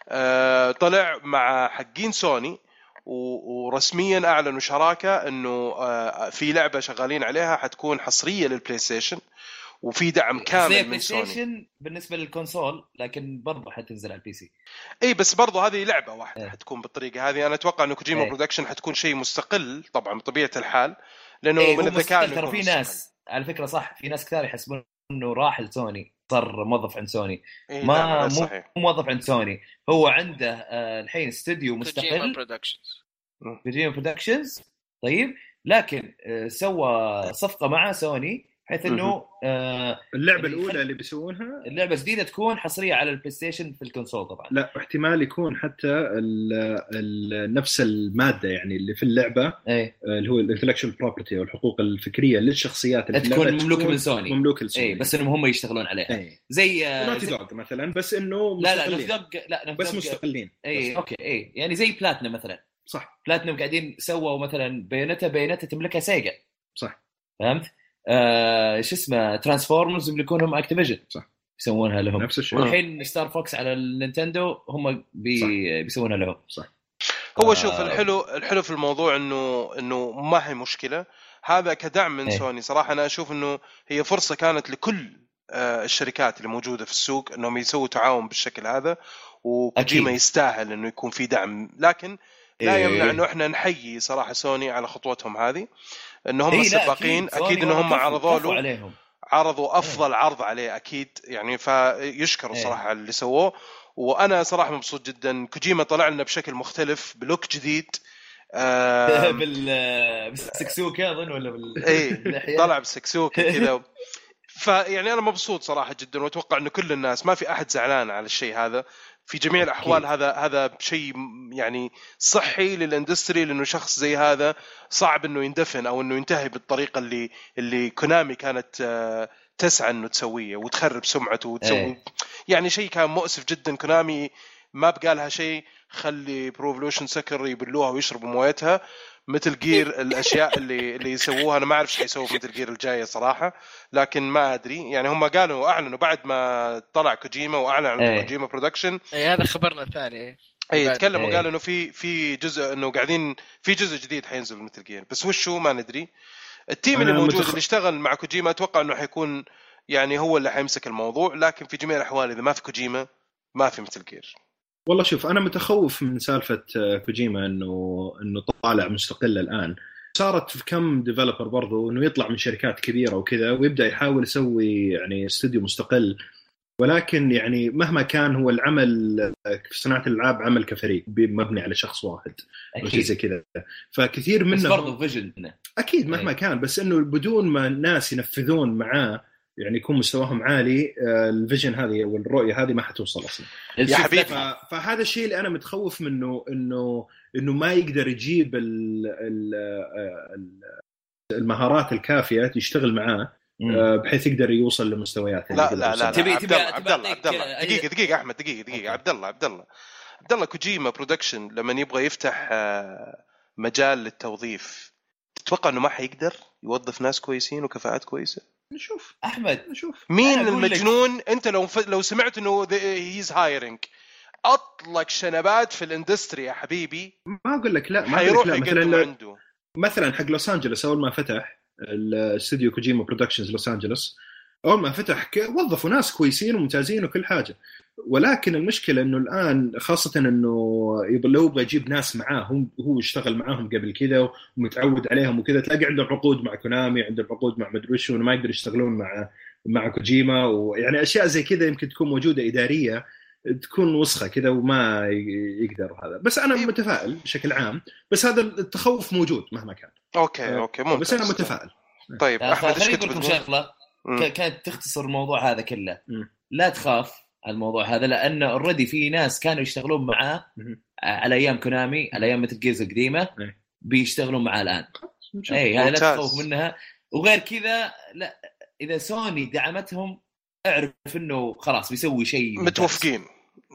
طلع مع حقين سوني ورسميا أعلنوا شراكة إنه في لعبة شغالين عليها حتكون حصرية للبلاي ستيشن، وفي دعم كامل من سوني بالنسبه للكونسول، لكن برضه حتنزل على البي سي. اي بس برضه هذه لعبه واحده حتكون بالطريقه هذه. انا اتوقع انه كوجيما برودكشن حتكون شيء مستقل طبعا بطبيعه الحال، لانه من الذكاء ترى في ناس على فكره صح، في ناس كثير يحسبون انه راح لسوني، صار موظف عند سوني. ما مو موظف عند سوني، هو عنده الحين استوديو مستقل كوجيما برودكشنز. طيب لكن سوى صفقه مع سوني بحيث انه اللعبه الاولى اللي بيسوونها اللعبه جديده تكون حصريه على البلاي ستيشن في الكونسول طبعا. لا احتمال يكون حتى نفس الماده يعني اللي في اللعبه اللي هو الانتلكشوال بروبرتي او الحقوق الفكريه للشخصيات اللي تكون مملوكه من سوني، مملوكه لسوني. بس انهم هم يشتغلون عليها زي نوتي دوغ مثلا، بس انه لا بس مستقلين. اوكي يعني زي بلاتنم مثلا. صح، بلاتنم قاعدين سووا مثلا بياناتها تملكها سيجا. صح، فهمت؟ شو اسمه ترانسفورمرز يملكونهم اكتيفيجن، صح، يسوونها لهم نفس الشيء. والحين ستار فوكس على النينتندو هم بيسوونها لهم. صح. هو شوف الحلو في الموضوع انه ما هي مشكله هذا كدعم من سوني. صراحه انا اشوف انه هي فرصه كانت لكل الشركات اللي موجوده في السوق انهم يسووا تعاون بالشكل هذا، وكوجيما يستاهل انه يكون في دعم، لكن لا يمنع انه احنا نحيي صراحه سوني على خطوتهم هذه، ان هم السباقين. اكيد ان هم عرضوا افضل عرض عليه اكيد يعني، فيشكروا صراحه اللي سووه. وانا صراحه مبسوط جدا. كوجيما طلع لنا بشكل مختلف بلوك جديد بالسكسوكه اظن ولا طلع بالسكسوكه كذا. فيعني انا مبسوط صراحه جدا، واتوقع انه كل الناس ما في احد زعلان على الشيء هذا في جميع الأحوال. هذا شيء يعني صحي للاندستري، لأنه شخص زي هذا صعب إنه يندفن أو إنه ينتهي بالطريقة اللي كونامي كانت تسعى إنه تسويه وتخرب سمعته وتسوي يعني شيء كان مؤسف جدا. كونامي ما بقى لها شيء، خلي بروفولوشن سكر يبلوها ويشربوا مويتها مثل جير. الاشياء اللي يسووها انا ما اعرف ايش حيسووا مثل جير الجايه صراحه، لكن ما ادري يعني. هم اعلنوا بعد ما طلع كوجيما واعلن عن كوجيما برودكشن. هذا خبرنا الثاني. يتكلموا قالوا انه في جزء انه قاعدين في جزء جديد حينزل مثل جير، بس وشو ما ندري. التيم اللي موجود اللي اشتغل مع كوجيما اتوقع انه حيكون يعني هو اللي حيمسك الموضوع، لكن في جميع الاحوال اذا ما في كوجيما ما في مثل جير. والله شوف انا متخوف من سالفه كوجيما انه طالع مستقل الان. صارت في كم ديفلوبر برضو انه يطلع من شركات كبيره وكذا ويبدا يحاول يسوي يعني استوديو مستقل، ولكن يعني مهما كان هو العمل في صناعه الالعاب عمل كفريق مبني على شخص واحد او شيء زي كذا. فكثير منه برضو فيجن اكيد مهما كان، بس انه بدون ما الناس ينفذون معاه يعني يكون مستواهم عالي، الفيجن هذه والرؤيه هذه ما حتوصل اصلا يا حبيبي. فهذا الشيء اللي انا متخوف منه، انه ما يقدر يجيب المهارات الكافيه يشتغل معاه بحيث يقدر يوصل لمستويات. لا عبد الله دقيقة أحمد دقيقة عبد الله كوجيما برودكشن لما يبغى يفتح مجال للتوظيف، تتوقع انه ما حيقدر يوظف ناس كويسين وكفاءات كويسه؟ نشوف احمد، مين المجنون انت لو سمعت انه هيز هايرنج اطلق شنبات في الاندستري يا حبيبي. ما اقول لك لا، حيروح يقدم مثلا حق لوس أنجلوس اول ما فتح الاستوديو كوجيما برودكشنز لوس أنجلوس، اول ما فتح وظفوا ناس كويسين وممتازين وكل حاجه، ولكن المشكله انه الان خاصه انه لو يبغى يجيب ناس معاه هو اشتغل معاهم قبل كذا ومتعود عليهم وكذا، تلاقي عندهم عقود مع كونامي، عندهم عقود مع مدري وش، وما يقدر يشتغلون مع كوجيما، ويعني اشياء زي كذا يمكن تكون موجوده اداريه تكون وسخه كذا وما يقدر هذا. بس انا متفائل بشكل عام، بس هذا التخوف موجود مهما كان. اوكي ممتاز، بس انا متفائل. طيب احمد ايش كنت بتقول؟ شغله كانت تختصر الموضوع هذا كله. لا تخاف على الموضوع هذا، لأن اوريدي في ناس كانوا يشتغلون معاه على ايام كونامي، على ايام مثل جيرز القديمه، بيشتغلون معاه الان. اي هذا لا تخوف منها. وغير كذا لا، اذا سوني دعمتهم اعرف انه خلاص بيسوي شيء متوفقين.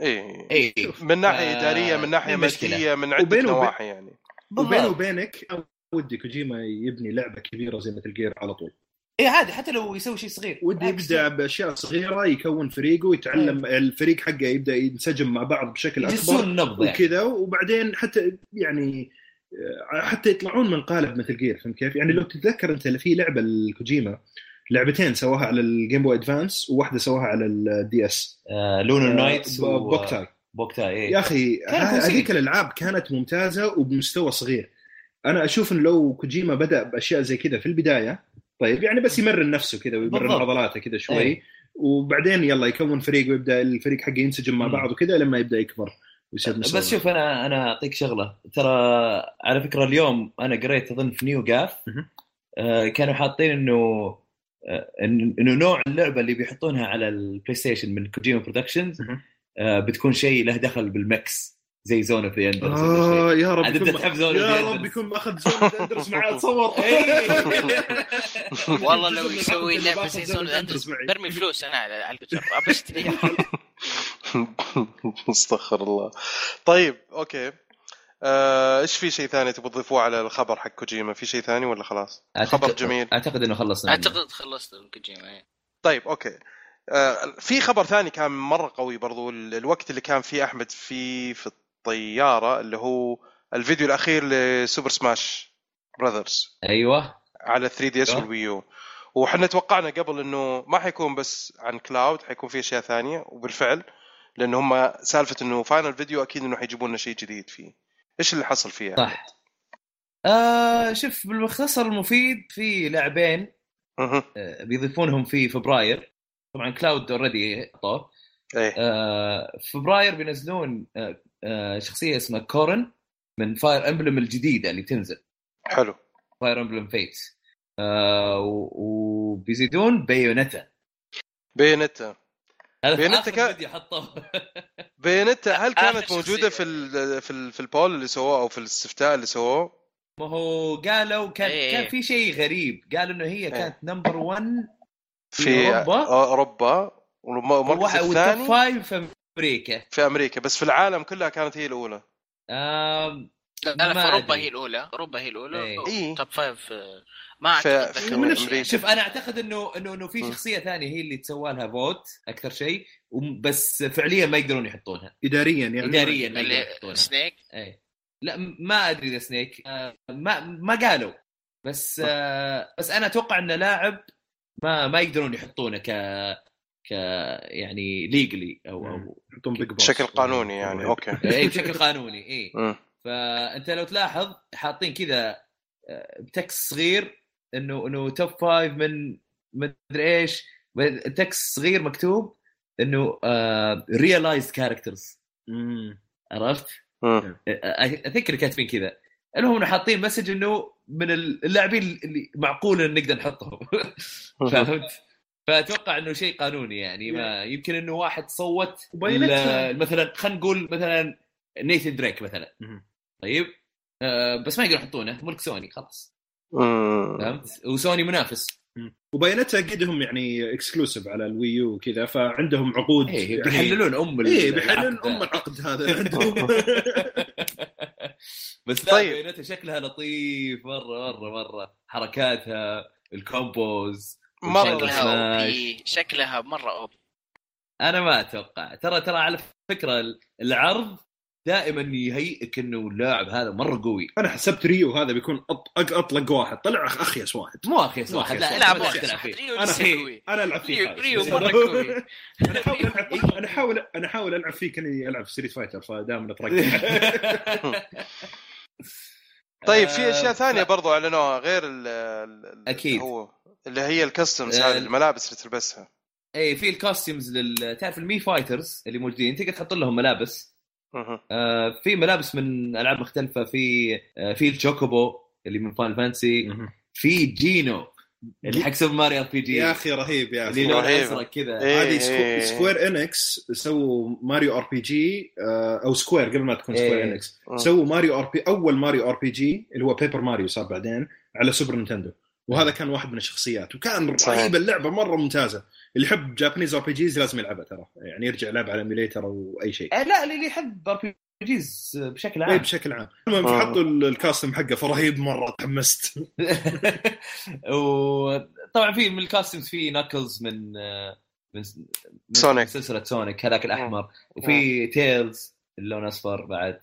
اي من ناحيه اداريه، من ناحيه ماديه، من عده نواحي يعني. وبينه وبينك ودي كوجيما يبني لعبه كبيره زي مثل جير على طول. ايه عادي، حتى لو يسوي شيء صغير ودي يبدأ باشياء صغيره، يكون فريقه ويتعلم الفريق حقه، يبدا ينسجم مع بعض بشكل اكبر وكذا يعني. وبعدين حتى يعني حتى يطلعون من قالب مثل جير، فهمت كيف؟ يعني لو تتذكر انت في لعبه الكوجيما، لعبتين سواها على الجيم بوي ادفانس وواحده سواها على الدي اس، لونر نايتس بوكتاي. يا اخي هذيك الالعاب كانت ممتازه وبمستوى صغير. انا اشوف ان لو كوجيما بدا باشياء زي كذا في البدايه، طيب يعني بس يمرن نفسه كذا ويمرن عضلاته كذا شوي وبعدين يلا يكون فريق ويبدا الفريق حقه ينسجم مع بعض وكذا لما يبدا يكبر ويصير مستوى. بس شوف انا اعطيك شغله، ترى على فكره اليوم انا قريت اظن في نيو جاف كانوا حاطين انه نوع اللعبه اللي بيحطونها على البلاي ستيشن من كوجيما برودكشنز بتكون شيء له دخل بالمكس زي زون اوف ذا اندرز. يا رب يكون ماخذ زون اوف ذا اندرز معاه تصور. والله لو يسوي لعبه زي زون اوف ذا اندرز برمي فلوس انا على البشر بشتري. استغفر الله. طيب اوكي، ايش في شيء ثاني تبغى تضيفوه على الخبر حق كوجيما؟ في شيء ثاني ولا خلاص؟ خبر جميل. اعتقد انه خلصنا. اعتقد خلصت كوجيما. طيب اوكي، في خبر ثاني كان مرة قوي برضو، الوقت اللي كان فيه أحمد في الطيارة، اللي هو الفيديو الأخير لسوبر سماش براذرز. أيوة، على 3DS والويو. وحنا توقعنا قبل إنه ما حيكون بس عن كلاود، حيكون فيه أشياء ثانية، وبالفعل لأن هم سالفة إنه فاينل فيديو أكيد إنه حيجيبون لنا شيء جديد فيه. إيش اللي حصل فيه؟ صح. شوف بالمختصر المفيد، في لاعبين بيضيفونهم في فبراير. طبعا كلاود اوريدي حطوه. فبراير بينزلون شخصيه اسمها كورن من فاير امبلم الجديده اللي بتنزل. حلو. فاير امبلم فيت. وبيزيدون بايونيتا. بايونيتا هل كانت موجوده في البول اللي سووه او في الاستفتاء اللي سووه؟ ما هو قالوا كان في شيء غريب، قالوا انه هي كانت نمبر 1 في أوروبا والمركز الثاني في أمريكا، بس في العالم كلها كانت هي الأولى. لا في أوروبا هي الأولى. إيه. توب 5 ما أعتقد. شوف أنا أعتقد إنه في شخصية ثانية هي اللي تسوى لها فوت أكثر شيء، بس فعليا ما يقدرون يحطونها إداريا ما يقدرون يحطونها. سنيك. لا ما أدري إذا سنيك ما قالوا، بس أنا أتوقع إن لاعب ما يقدرون يحطونه ك يعني ليجلي او يحطون بشكل قانوني يعني. اوكي بشكل قانوني. فانت لو تلاحظ حاطين كذا بتكست صغير انه توب 5 من مدري ايش، تكست صغير مكتوب انه realized characters. عرفت؟ اذكر كاتبين كذا. المهم حاطين مسج انه من اللاعبين اللي معقول ان نقدر نحطهم. فهمت؟ فأتوقع إنه شيء قانوني يعني. ما يمكن إنه واحد صوت مثلا، خلينا نقول مثلا نيثن دريك مثلا. طيب بس ما يقدروا يحطونه، ملك سوني خلاص. فهمت؟ وسوني منافس وبايونيتا اكيدهم يعني اكسكلوسيف على الويو وكذا، فعندهم عقود يعني بيحللون بيحللون العقد هذا عندهم. بس لا طيب. بايونيتا شكلها لطيف مرة حركاتها الكومبوز شكلها مرة أوب. أنا ما أتوقع ترى على فكرة العرض دائما يهيئك انه اللاعب هذا مره قوي. انا حسبت ريو هذا بيكون اطلق واحد، طلع اخيس واحد. مو اخيس واحد، لا العب واحد انا العب فيه ريو مره قوي. انا احاول العب فيه كاني العب ستريت فايتر، فدائما اترقع. طيب في اشياء ثانيه برضو اعلنوها غير اكيد هو اللي هي الكاستمز هذه الملابس اللي تلبسها. اي في الكاستمز تعرف المي فايترز اللي موجودين تقدر تحط لهم ملابس. في ملابس من العاب مختلفه، في الشوكوبو اللي من فاينل فانسي، في جينو اللي حق سوبر ماريو ار بي جي. يا اخي رهيب يا اخي، اللي لونه ازرق كذا. هذه سكوير انكس سووا ماريو ار بي جي، او سكوير قبل ما تكون سكوير انكس سووا ماريو ار بي، اول ماريو ار بي جي اللي هو بيبر ماريو صار بعدين على سوبر نينتندو، وهذا كان واحد من الشخصيات وكان رهيب. اللعبه مره ممتازه، اللي يحب جابانيز ار بي جيز لازم يلعبها ترى، يعني يرجع يلعب على ايميليتر او اي شيء. لا اللي يحب ار بي جيز بشكل عام. بشكل عام. المهم حطوا الكاستم حقه فرهيب مره، تحمست. وطبعا في من الكاستمز في ناكلز من سونيك، سلسله سونيك هذاك الاحمر، وفي تيلز اللون اصفر بعد.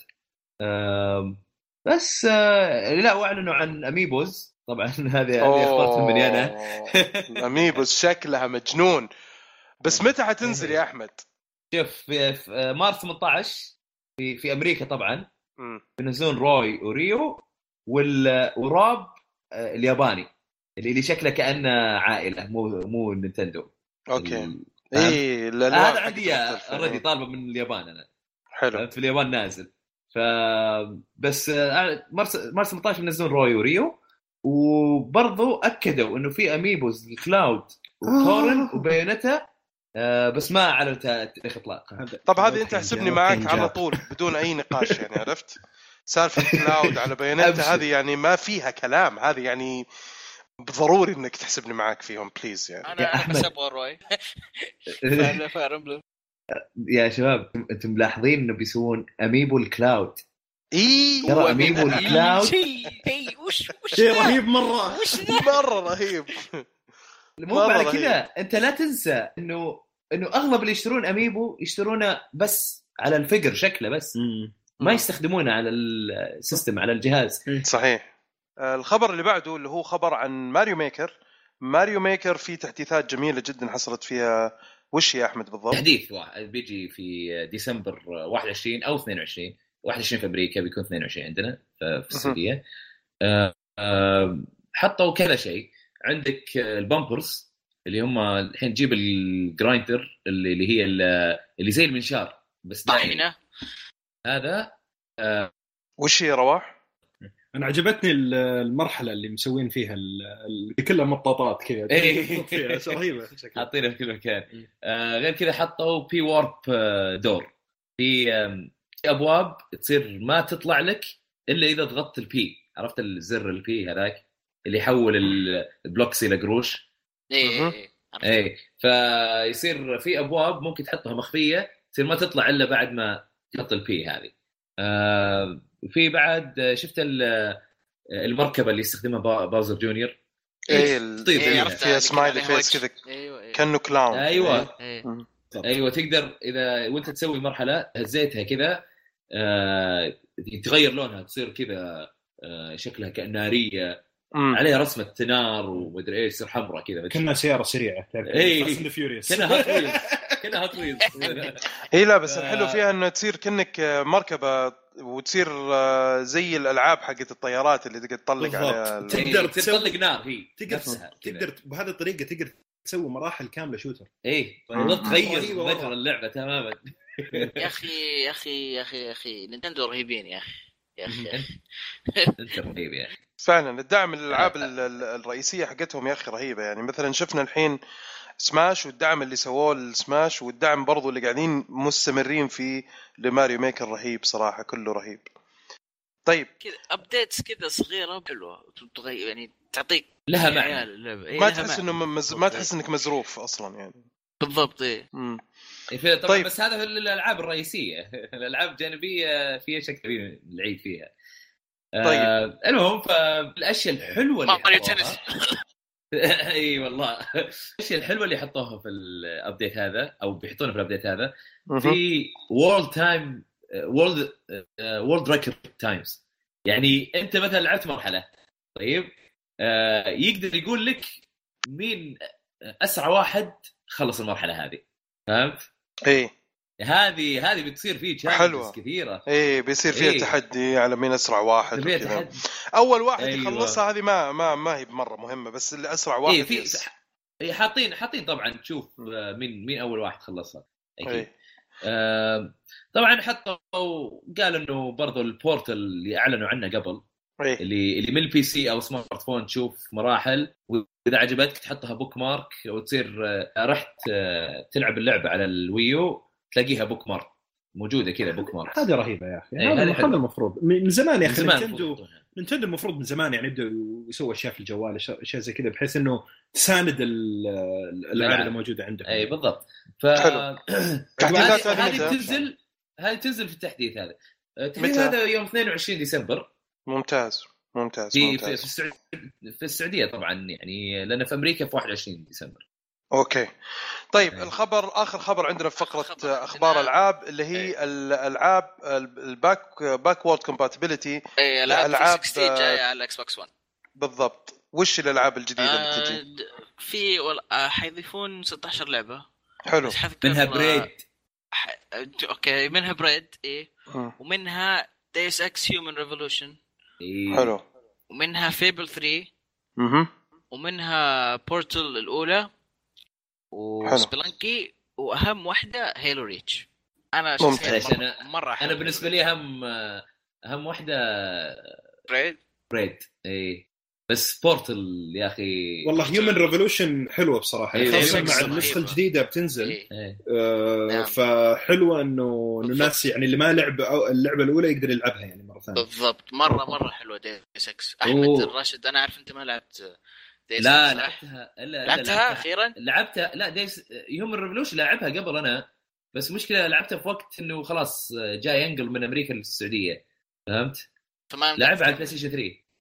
بس لا، واعلنوا عن اميبوز طبعا. هذه اخبرت مني انا. اميبوز شكلها مجنون، بس متى حتنزل يا احمد؟ شوف في مارس 18 في امريكا طبعا. بينزلون روي وريو وراب الياباني اللي شكله كانه عائله، مو نينتندو. اوكي هذا عندي اوريدي طالبه من اليابان انا. حلو، في اليابان نازل. بس مارس 18 بينزلون روي وريو، وبرضو اكدوا انه في اميبوز الكلاود وكورن وبايونيتا، بس ما اعلنوا تاريخ اطلاقها. طب هذه انت حسبني معاك على طول بدون اي نقاش، يعني عرفت سالفه الكلاود على بيانات هذه يعني ما فيها كلام، هذه يعني ضروري انك تحسبني معاك فيهم بليز. يعني انا بس ابغى روي. يا شباب انتم ملاحظين انه بيسوون اميبو الكلاود؟ ترى اميبو الكلاود وش رهيب مره، مره رهيب. مو على كذا، انت لا تنسى انه اغلب اللي يشترون اميبو يشترونه بس على الفقر شكله بس، ما يستخدمونه على السيستم على الجهاز. صحيح. الخبر اللي بعده اللي هو خبر عن ماريو ميكر في تحديثات جميله جدا حصلت فيها. وش يا احمد بالضبط؟ تحديث بيجي في ديسمبر 21 او 21 في امريكا، بيكون 22 عندنا في السعوديه. حطوا كذا شيء. عندك البامبرز اللي هم الحين تجيب الجرايندر اللي هي اللي زي المنشار بس طاحنه. هذا وش هي رواح؟ انا عجبتني المرحله اللي مسوين فيها كلها مطاطات كذا. رهيبه حاطينها في كل مكان. غير كذا حطوا بي وارب دور، في ابواب تصير ما تطلع لك الا اذا ضغطت البي. عرفت الزر البي هذاك اللي يحول البلوكس الى قروش؟ ايه فيصير في ابواب ممكن تحطها مخفيه تصير ما تطلع الا بعد ما تحط البي هذه. في بعد شفت المركبه اللي يستخدمها باوزر جونيور، فيها سمايلي فيس كذا كانه كلاون. ايوه تقدر اذا وانت تسوي مرحله هزيتها كذا تغير لونها، تصير كذا شكلها كناريه عليها رسمه نار ومدري ايش، تصير حمراء كذا كأنها سياره سريعه. كأنها هوت ويلز. اي لا بس الحلو فيها انه تصير كأنك مركبه وتصير زي الالعاب حقت الطيارات اللي تقدر تطلق عليها، تقدر تطلق نار. هي تقدر بهذه الطريقه تقدر تسوي مراحل كامله شوتر. تغير مجرى اللعبه تماما. يا اخي نينتندو رهيبين يا اخي. انت رهيب يا اخي فعلا. الدعم للالعاب الرئيسيه حقتهم يا اخي رهيبه. يعني مثلا شفنا الحين سماش والدعم اللي سووه للسماش، والدعم برضو اللي قاعدين مستمرين فيه لماريو ميكر رهيب صراحه، كله رهيب. طيب كذا ابديتس كذا صغيره حلوه تغير يعني تعطيك لها معنى ما تحس انه ما تحس انك مزروف اصلا يعني. بالضبط ايه طبعا طيب. بس هذا الالعاب الرئيسيه الالعاب الجانبيه فيها شيء كبير العيد فيها. طيب المهم فالاشياء الحلوه اللي ماريو تنس اي والله الاشياء الحلوه اللي حطوها في الابديت هذا او بيحطونها في الابديت هذا في وورلد ريكورد تايمز. يعني انت مثلا لعبت مرحله طيب يقدر يقول لك مين اسرع واحد خلص المرحله هذه فهمت؟ ايه هذه بتصير فيه تشالنجز كثيره. ايه بيصير فيها تحدي على مين اسرع واحد وكذا. اول واحد يخلصها هذه ما هي بمره مهمه بس اللي اسرع واحد في حاطين طبعا تشوف مين اول واحد خلصها اكيد. طبعا حطوا قالوا انه برضو البورتال اللي اعلنوا عنه قبل اللي من البي سي او سمارت فون تشوف مراحل واذا عجبتك تحطها بوك مارك وتصير رحت تلعب اللعبه على الويو تلاقيها بوك مارك موجوده كذا بوك مارك. هذه رهيبه يا اخي. هذا المفروض من زمان يا اخي. نينتندو المفروض من زمان يعني يبدأوا يسووا اشياء في الجوال اشياء زي كذا بحيث انه تساند الالعاب اللي موجوده عندك. اي بالضبط. هذه تنزل في التحديث هذا. التحديث هذا يوم 22 ديسمبر. ممتاز في السعوديه طبعا يعني لان في امريكا في 21 ديسمبر. اوكي طيب اخر خبر عندنا في فقره اخبار العاب اللي هي الالعاب الباكورد كومباتيبلتي. العاب 60 جايه على الاكس بوكس 1 بالضبط. وش الالعاب الجديده اللي تجي؟ في حيضيفون 16 لعبه حلو منها بريد. اوكي منها بريد ايه ومنها ديس اكس هيومن ريفولوشن حلو ومنها فيبل 3 ومنها بورتال الاولى وسبلانكي واهم واحده هيلو ريتش. انا مره انا بالنسبه لي اهم واحده بريد اي بس بورتال يا اخي والله هيومن ريفولوشن حلوه بصراحه خاصه مع النسخه الجديده بتنزل فحلوه انه الناس يعني اللي ما لعب اللعبه الاولى يقدر يلعبها يعني مره ثانيه. بالضبط مره حلوه دي 6 احمد الراشد. انا عارف انت ما لعبت لا لعبتها اخيرا لعبتها. لا ديس يوم الريفولوشن لعبها قبل انا بس مشكله لعبتها في وقت انه خلاص جاي ينقل من امريكا للسعوديه فهمت. لعبها على البلاي ستيشن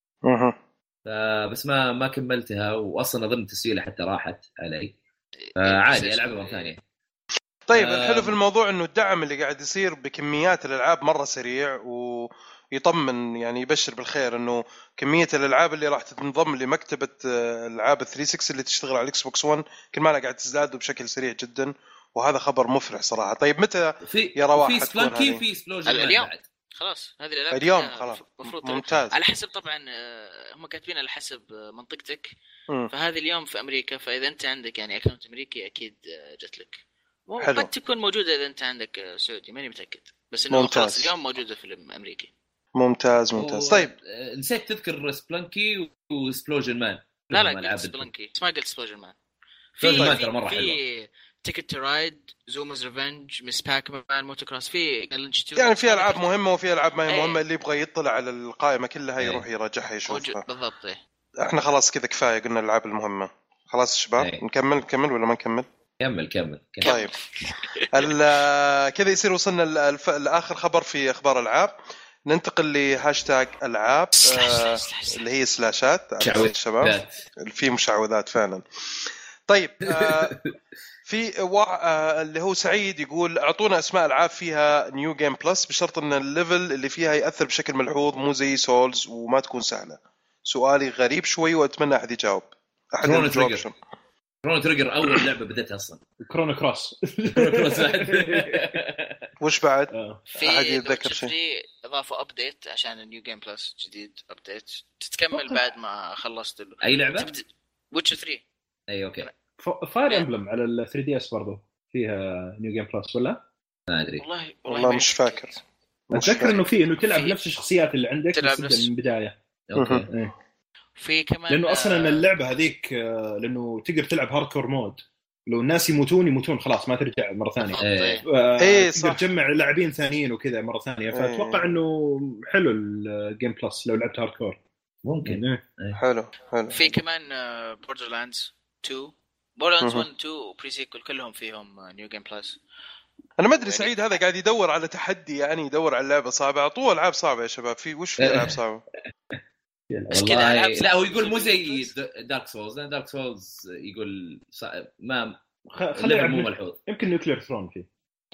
3 بس ما كملتها واصلا اظن تسجيلها حتى راحت علي فعادي العبها مره ثانيه. طيب الحلو في الموضوع انه الدعم اللي قاعد يصير بكميات الالعاب مره سريع ويطمن يعني يبشر بالخير انه كميه الالعاب اللي راح تنضم لمكتبه العاب 360 اللي تشتغل على الاكس بوكس 1 كل ما قاعد تزداد بشكل سريع جدا وهذا خبر مفرح صراحه. طيب متى يا رواح في سبلانكي في سبلوجن اليوم خلاص هذه الالعاب اليوم خلاص ممتاز على حسب طبعا هم كاتبين على حسب منطقتك فهذه اليوم في امريكا فاذا انت عندك يعني اكونت امريكي اكيد جت لك قد تكون موجوده اذا انت عندك سعودي ماني متاكد بس انه خلاص اليوم موجوده فيلم امريكي. ممتاز طيب نسيت تذكر سبلانكي وسبلوجن مان. لا سبلانكي ما قلت سبلوجن مان. في تيكت تو رايد زومز ريفنج مس باك مان موتوكروس في يعني في العاب مهمه وفي العاب ما هي مهمه. اللي يبغى يطلع على القائمه كلها يروح يراجعها يشوفها بالضبط. احنا خلاص كذا كفايه قلنا الالعاب المهمه خلاص شباب. نكمل ولا ما نكمل؟ كمل. طيب كذا يصير وصلنا لاخر خبر في اخبار العاب. ننتقل لهاشتاج العاب اللي هي سلاشات على الشباب في مشعوذات فعلا. طيب في اللي هو سعيد يقول اعطونا اسماء العاب فيها نيو جيم بلس بشرط ان الليفل اللي فيها ياثر بشكل ملحوظ مو زي سولز وما تكون سهله. سؤالي غريب شوي واتمنى احد يجاوب. كرونو تريجر اول لعبه بديتها اصلا كرونو كروس وش بعد احد يتذكر شيء اضافوا ابديت عشان النيو جيم بلس جديد ابديت تتكمل بعد ما خلصت اي لعبه ويتشر 3 اي اوكي. فاير امبلم على ال 3 دي اس برضه فيها نيو جيم بلس ولا ما ادري والله مش فاكر. اتذكر انه نفس الشخصيات اللي عندك من البدايه. اوكي في كمان لانه اصلا اللعبه هذيك لانه تقدر تلعب هاردكور مود لو الناس يموتون خلاص ما ترجع مره ثانيه. ايه صح، تجمع لاعبين ثانيين وكذا مره ثانيه. فاتوقع انه حلو الجيم بلس لو لعبت هاردكور ممكن. حلو. في كمان بوردرلاندز 2 بوردرلاندز 1 2 بريسيكول كلهم فيهم نيو جيم بلس. انا ما ادري سعيد هذا قاعد يدور على تحدي، يعني يدور على لعبه صعبه. اعطوه العاب صعبه يا شباب. في وش في العاب صعبه؟ والله لا هو يقول مو زي دارك سولز. دارك سولز يقول ما خليه مو ملحوظ. يمكن نيوكلير ثرون فيه.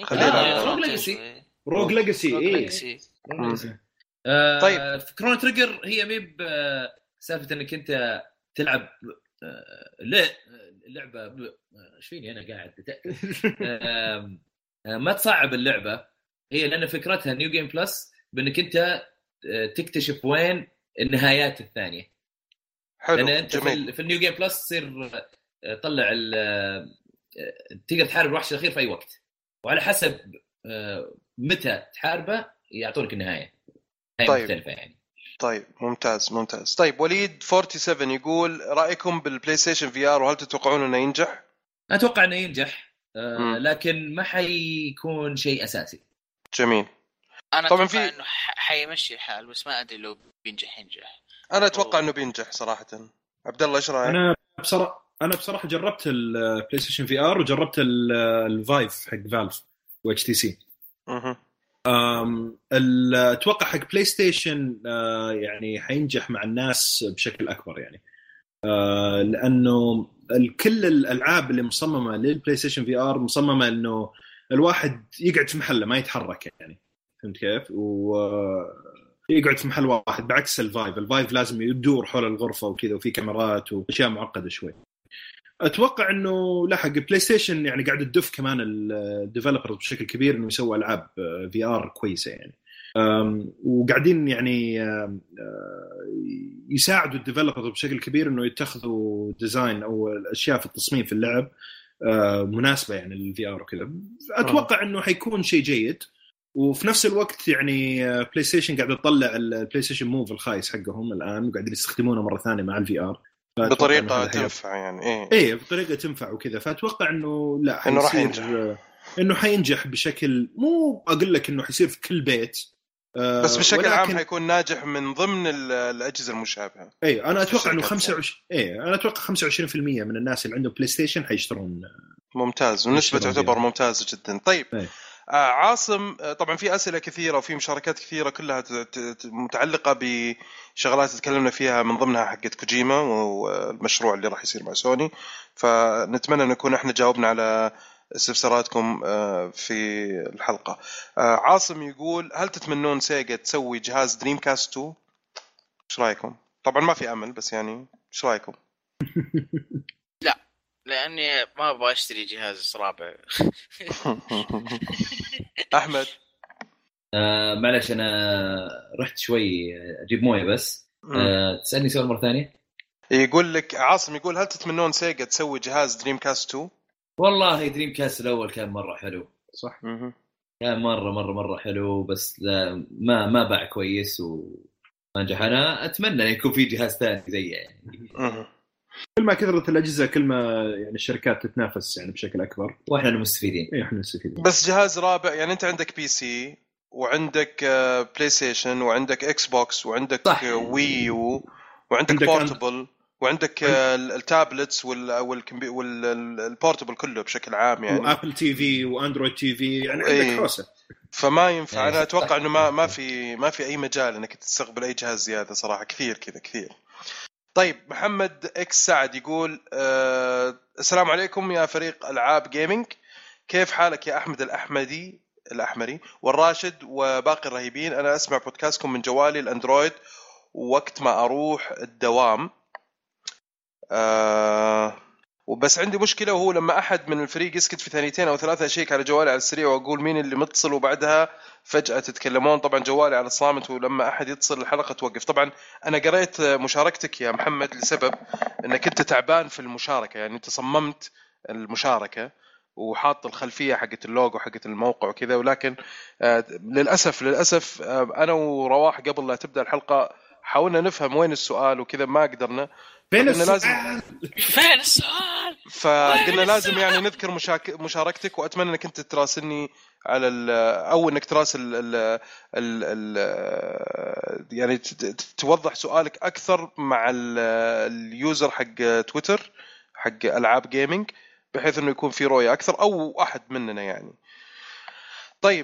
روج ليجاسي. طيب كرون تريجر هي ميب سالفه انك انت تلعب لعبه ايش فيني انا قاعد ما تصعب اللعبه. هي لان فكرتها نيو جيم بلس بانك انت تكتشف وين النهايات الثانيه. حلو لان انت جميل. في النيو جيم بلس تصير تطلع تقدر تحارب الوحش الاخير في اي وقت، وعلى حسب متى تحاربه يعطونك النهايه. هي طيب. مختلفه يعني. طيب ممتاز. طيب وليد 47 يقول رايكم بالبلاي ستيشن في ار، وهل تتوقعون انه ينجح؟ اتوقع انه ينجح لكن ما حيكون شيء اساسي. جميل. انا طبعا اتوقع انه حيمشي الحال، بس ما ادري لو ينجح. انا اتوقع انه بينجح صراحه. عبد الله ايش رايك؟ انا بصراحه جربت البلاي ستيشن في ار وجربت الفايف حق فالف واتش تي سي. اتوقع حق بلاي ستيشن يعني حينجح مع الناس بشكل اكبر يعني. لانه كل الالعاب اللي مصممه للبلاي ستيشن في ار مصممه انه الواحد يقعد في محله ما يتحرك يعني. فهمت كيف؟ يقعد في محل واحد، بعكس الفايف لازم يدور حول الغرفه وكذا، وفي كاميرات واشياء معقده شوي. اتوقع انه لا حق بلاي ستيشن يعني قاعد تدف كمان الديفلوبرز بشكل كبير انه يسووا العاب في ار كويسه يعني. وقاعدين يعني يساعدوا الديفلوبرز بشكل كبير انه يتخذوا ديزاين او الاشياء في التصميم في اللعب مناسبه يعني للفي ار وكذا. اتوقع انه حيكون شيء جيد. وفي نفس الوقت يعني بلاي ستيشن قاعد يطلع البلاي ستيشن موف الخايس حقهم الان وقاعدين يستخدمونه مره ثانيه مع الفي ار بطريقه تنفع يعني. ايه بطريقه تنفع وكذا. فاتوقع انه لا حيصير انه حينجح بشكل، مو اقول لك انه حيصير في كل بيت بس بشكل عام حيكون ناجح من ضمن الاجهزه المشابهه. اي انا اتوقع انه 25 انا اتوقع 25% من الناس اللي عندهم بلاي ستيشن حيشترون. ممتاز، والنسبه تعتبر ممتازه جدا. طيب عاصم، طبعا في أسئلة كثيرة وفي مشاركات كثيرة كلها متعلقة بشغلات تكلمنا فيها، من ضمنها حقت كوجيما والمشروع اللي راح يصير مع سوني. فنتمنى أن نكون احنا جاوبنا على استفساراتكم في الحلقة. عاصم يقول هل تتمنون سيجا تسوي جهاز دريم كاست 2؟ ايش رايكم؟ طبعا ما في أمل، بس يعني ايش رايكم؟ لاني ما ابغى اشتري جهاز رابع. احمد معلش انا رحت شوي اجيب مويه بس. تسالني سؤال مره ثانيه. يقول لك عاصم يقول هل تتمنون سيجا تسوي جهاز دريم كاست 2؟ والله دريم كاست الاول كان مره حلو صح. كان مره حلو، بس لا ما باع كويس وما نجح. انا اتمنى يكون في جهاز ثاني زيه يعني. كل ما كثرت الأجهزة كل ما يعني الشركات تتنافس يعني بشكل أكبر، وإحنا المستفيدين. إحنا المستفيدين. بس جهاز رابع يعني أنت عندك بي سي وعندك بلاي ستيشن وعندك إكس بوكس وعندك ويو وعندك بورتبل وعندك التابلتس والبورتبل كله بشكل عام يعني. وآبل تي في وأندرويد تي في يعني عندك حوسة. فما ينفع. أنا أتوقع إنه ما في أي مجال إنك تستقبل أي جهاز زيادة صراحة. كثير. طيب محمد اكس سعد يقول السلام عليكم يا فريق العاب جيمنج، كيف حالك يا احمد الاحمري والراشد وباقي الرهيبين؟ انا اسمع بودكاستكم من جوالي الاندرويد وقت ما اروح الدوام، وبس عندي مشكله، وهو لما احد من الفريق يسكت في ثانيتين او ثلاثه اشيك على جوالي على السريع واقول مين اللي متصل، وبعدها فجأة تتكلمون. طبعا جوالي على الصامت، ولما أحد يتصل الحلقة توقف. طبعا أنا قرأت مشاركتك يا محمد لسبب أنك أنت تعبان في المشاركة، يعني أنت صممت المشاركة وحاط الخلفية حقت اللوجو حقت الموقع وكذا، ولكن للأسف أنا ورواح قبل لا تبدأ الحلقة حاولنا نفهم وين السؤال وكذا ما قدرنا. فين فقلنا لازم يعني نذكر مشاركتك، واتمنى انك انت تراسلني على او انك تراسل يعني توضح سؤالك اكثر مع اليوزر حق تويتر حق العاب جيمنج، بحيث انه يكون في رؤيه اكثر، او احد مننا يعني. طيب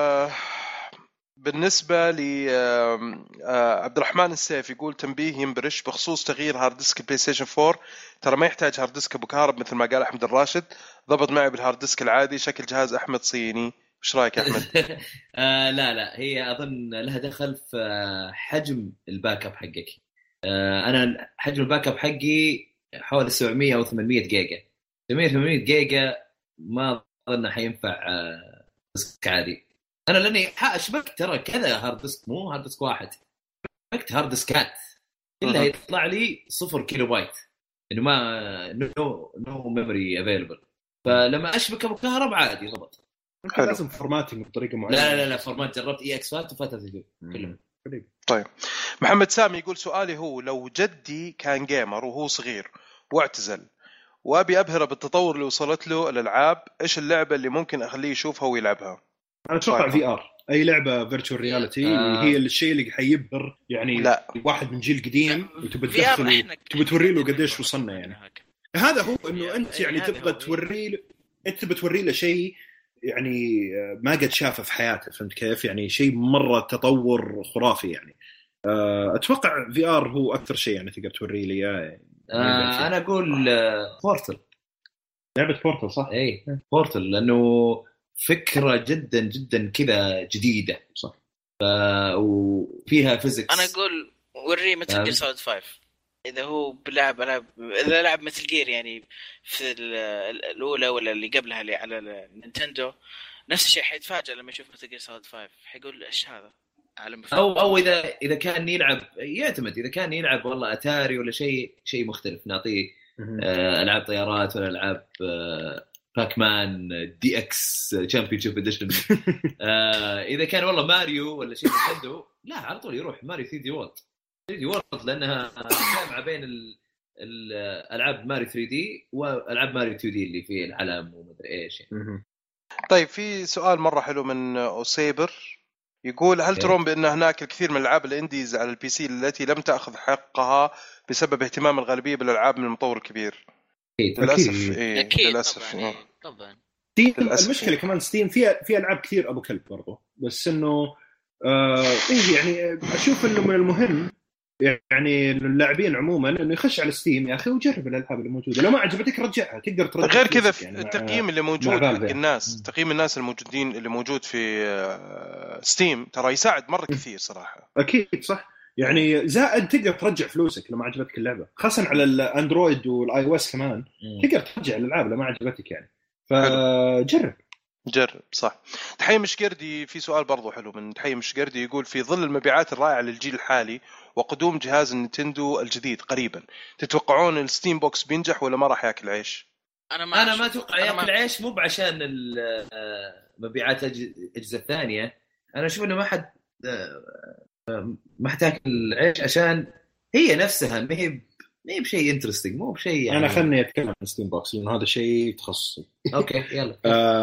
بالنسبه ل عبد الرحمن السيف يقول تنبيه ينبرش بخصوص تغيير هارد ديسك البلاي ستيشن 4، ترى ما يحتاج هارد ديسك ابو كهرب مثل ما قال احمد الراشد، ضبط معي بالهارد ديسك العادي، شكل جهاز احمد صيني. ايش رايك يا احمد؟ لا هي اظن لها دخل في حجم الباك اب حقك. انا حجم الباك اب حقي حوالي 700 او 800 جيجا. 800 جيجا ما اظن حينفع ديسك عادي. انا لاني شبكت ترى كذا هارد ديسك، مو هارد ديسك واحد، شبكت هارد ديسكات كلها يطلع لي 0 كيلو بايت، انه ما نو ميموري افيلبل. فلما اشبك ابو كهرب عادي ضبط. لازم فورماتنج بطريقه معينه. لا فورمات جربت اي اكس فات وفاتت كلهم. طيب محمد سامي يقول سؤالي هو لو جدي كان جيمر وهو صغير واعتزل وابي ابهره بالتطور اللي وصلت له الالعاب، ايش اللعبه اللي ممكن اخليه يشوفها ويلعبها؟ انا اتوقع في ار، اي لعبه فيرتشوال رياليتي هي الشيء اللي حيبهر يعني. لا. واحد من جيل قديم وتبي تدخله تبي توري له قديش وصلنا يعني. هذا هو انه انت يعني تبغى توري له، انت بتوري له شيء يعني ما قد شافه في حياته، فهمت كيف؟ يعني شيء مره تطور خرافي يعني. اتوقع في ار هو اكثر شيء يعني تقدر توري لي اياه. انا اقول بورتل، لعبه بورتل صح؟ اي بورتل، لانه فكره جدا جدا كذا جديده صح، وفيها فيزيكس. انا اقول وري مثل جير سوليد 5 اذا هو بلعب اذا لعب مثل جير يعني في الاولى ولا اللي قبلها اللي على النينتندو، نفس الشيء حيتفاجئ لما يشوف مثل جير سوليد 5، حيقول ايش هذا عالم او اذا كان يلعب، يعتمد اذا كان يلعب والله اتاري ولا شيء مختلف، نعطيه العاب طيارات ولا العاب باكمان دي اكس تشامبيونشيب اديشن. اذا كان والله ماريو ولا شيء نينتندو، لا على طول يروح ماريو 3 دي وورلد لانها جامعه بين الالعاب ماريو 3 دي والعاب ماريو 2 دي اللي فيه العالم ومدري ايش يعني. طيب في سؤال مره حلو من اوسيبر يقول هل ترون بان هناك الكثير من الالعاب الانديز على البي سي التي لم تاخذ حقها بسبب اهتمام الغالبيه بالالعاب من المطور الكبير؟ للاسف أكيد. للاسف طبعا المشكله كمان ستيم فيها العاب كثير ابو كلب برضو، بس انه يعني اشوف انه من المهم يعني اللاعبين عموما انه يخش على ستيم يا اخي وجرب الالعاب اللي موجوده، لو ما عجبتك رجعها، تقدر ترجع. غير كذا يعني التقييم اللي موجود حق الناس، تقييم الناس الموجودين اللي موجود في ستيم ترى يساعد مره كثير صراحه. اكيد صح، يعني زائد تقدر ترجع فلوسك لو ما عجبتك اللعبه، خاصه على الاندرويد والاي او اس كمان تقدر ترجع الالعاب لو ما عجبتك يعني، فجرب صح. تحيي مشقردي في سؤال برضو حلو من تحيي مشقردي يقول في ظل المبيعات الرائعه للجيل الحالي وقدوم جهاز النينتندو الجديد قريبا، تتوقعون الستيم بوكس بينجح ولا ما راح ياكل عيش؟ انا ما اتوقع ياكل عيش، مو بعشان المبيعات الاجهزه الثانيه. انا اشوف انه ما حتاكل عيش عشان هي نفسها ما هي بشيء انترستينج، مو بشيء يعني. انا خلني اتكلم عن ستيم بوكس لانه هذا شيء تخصصي. اوكي يلا.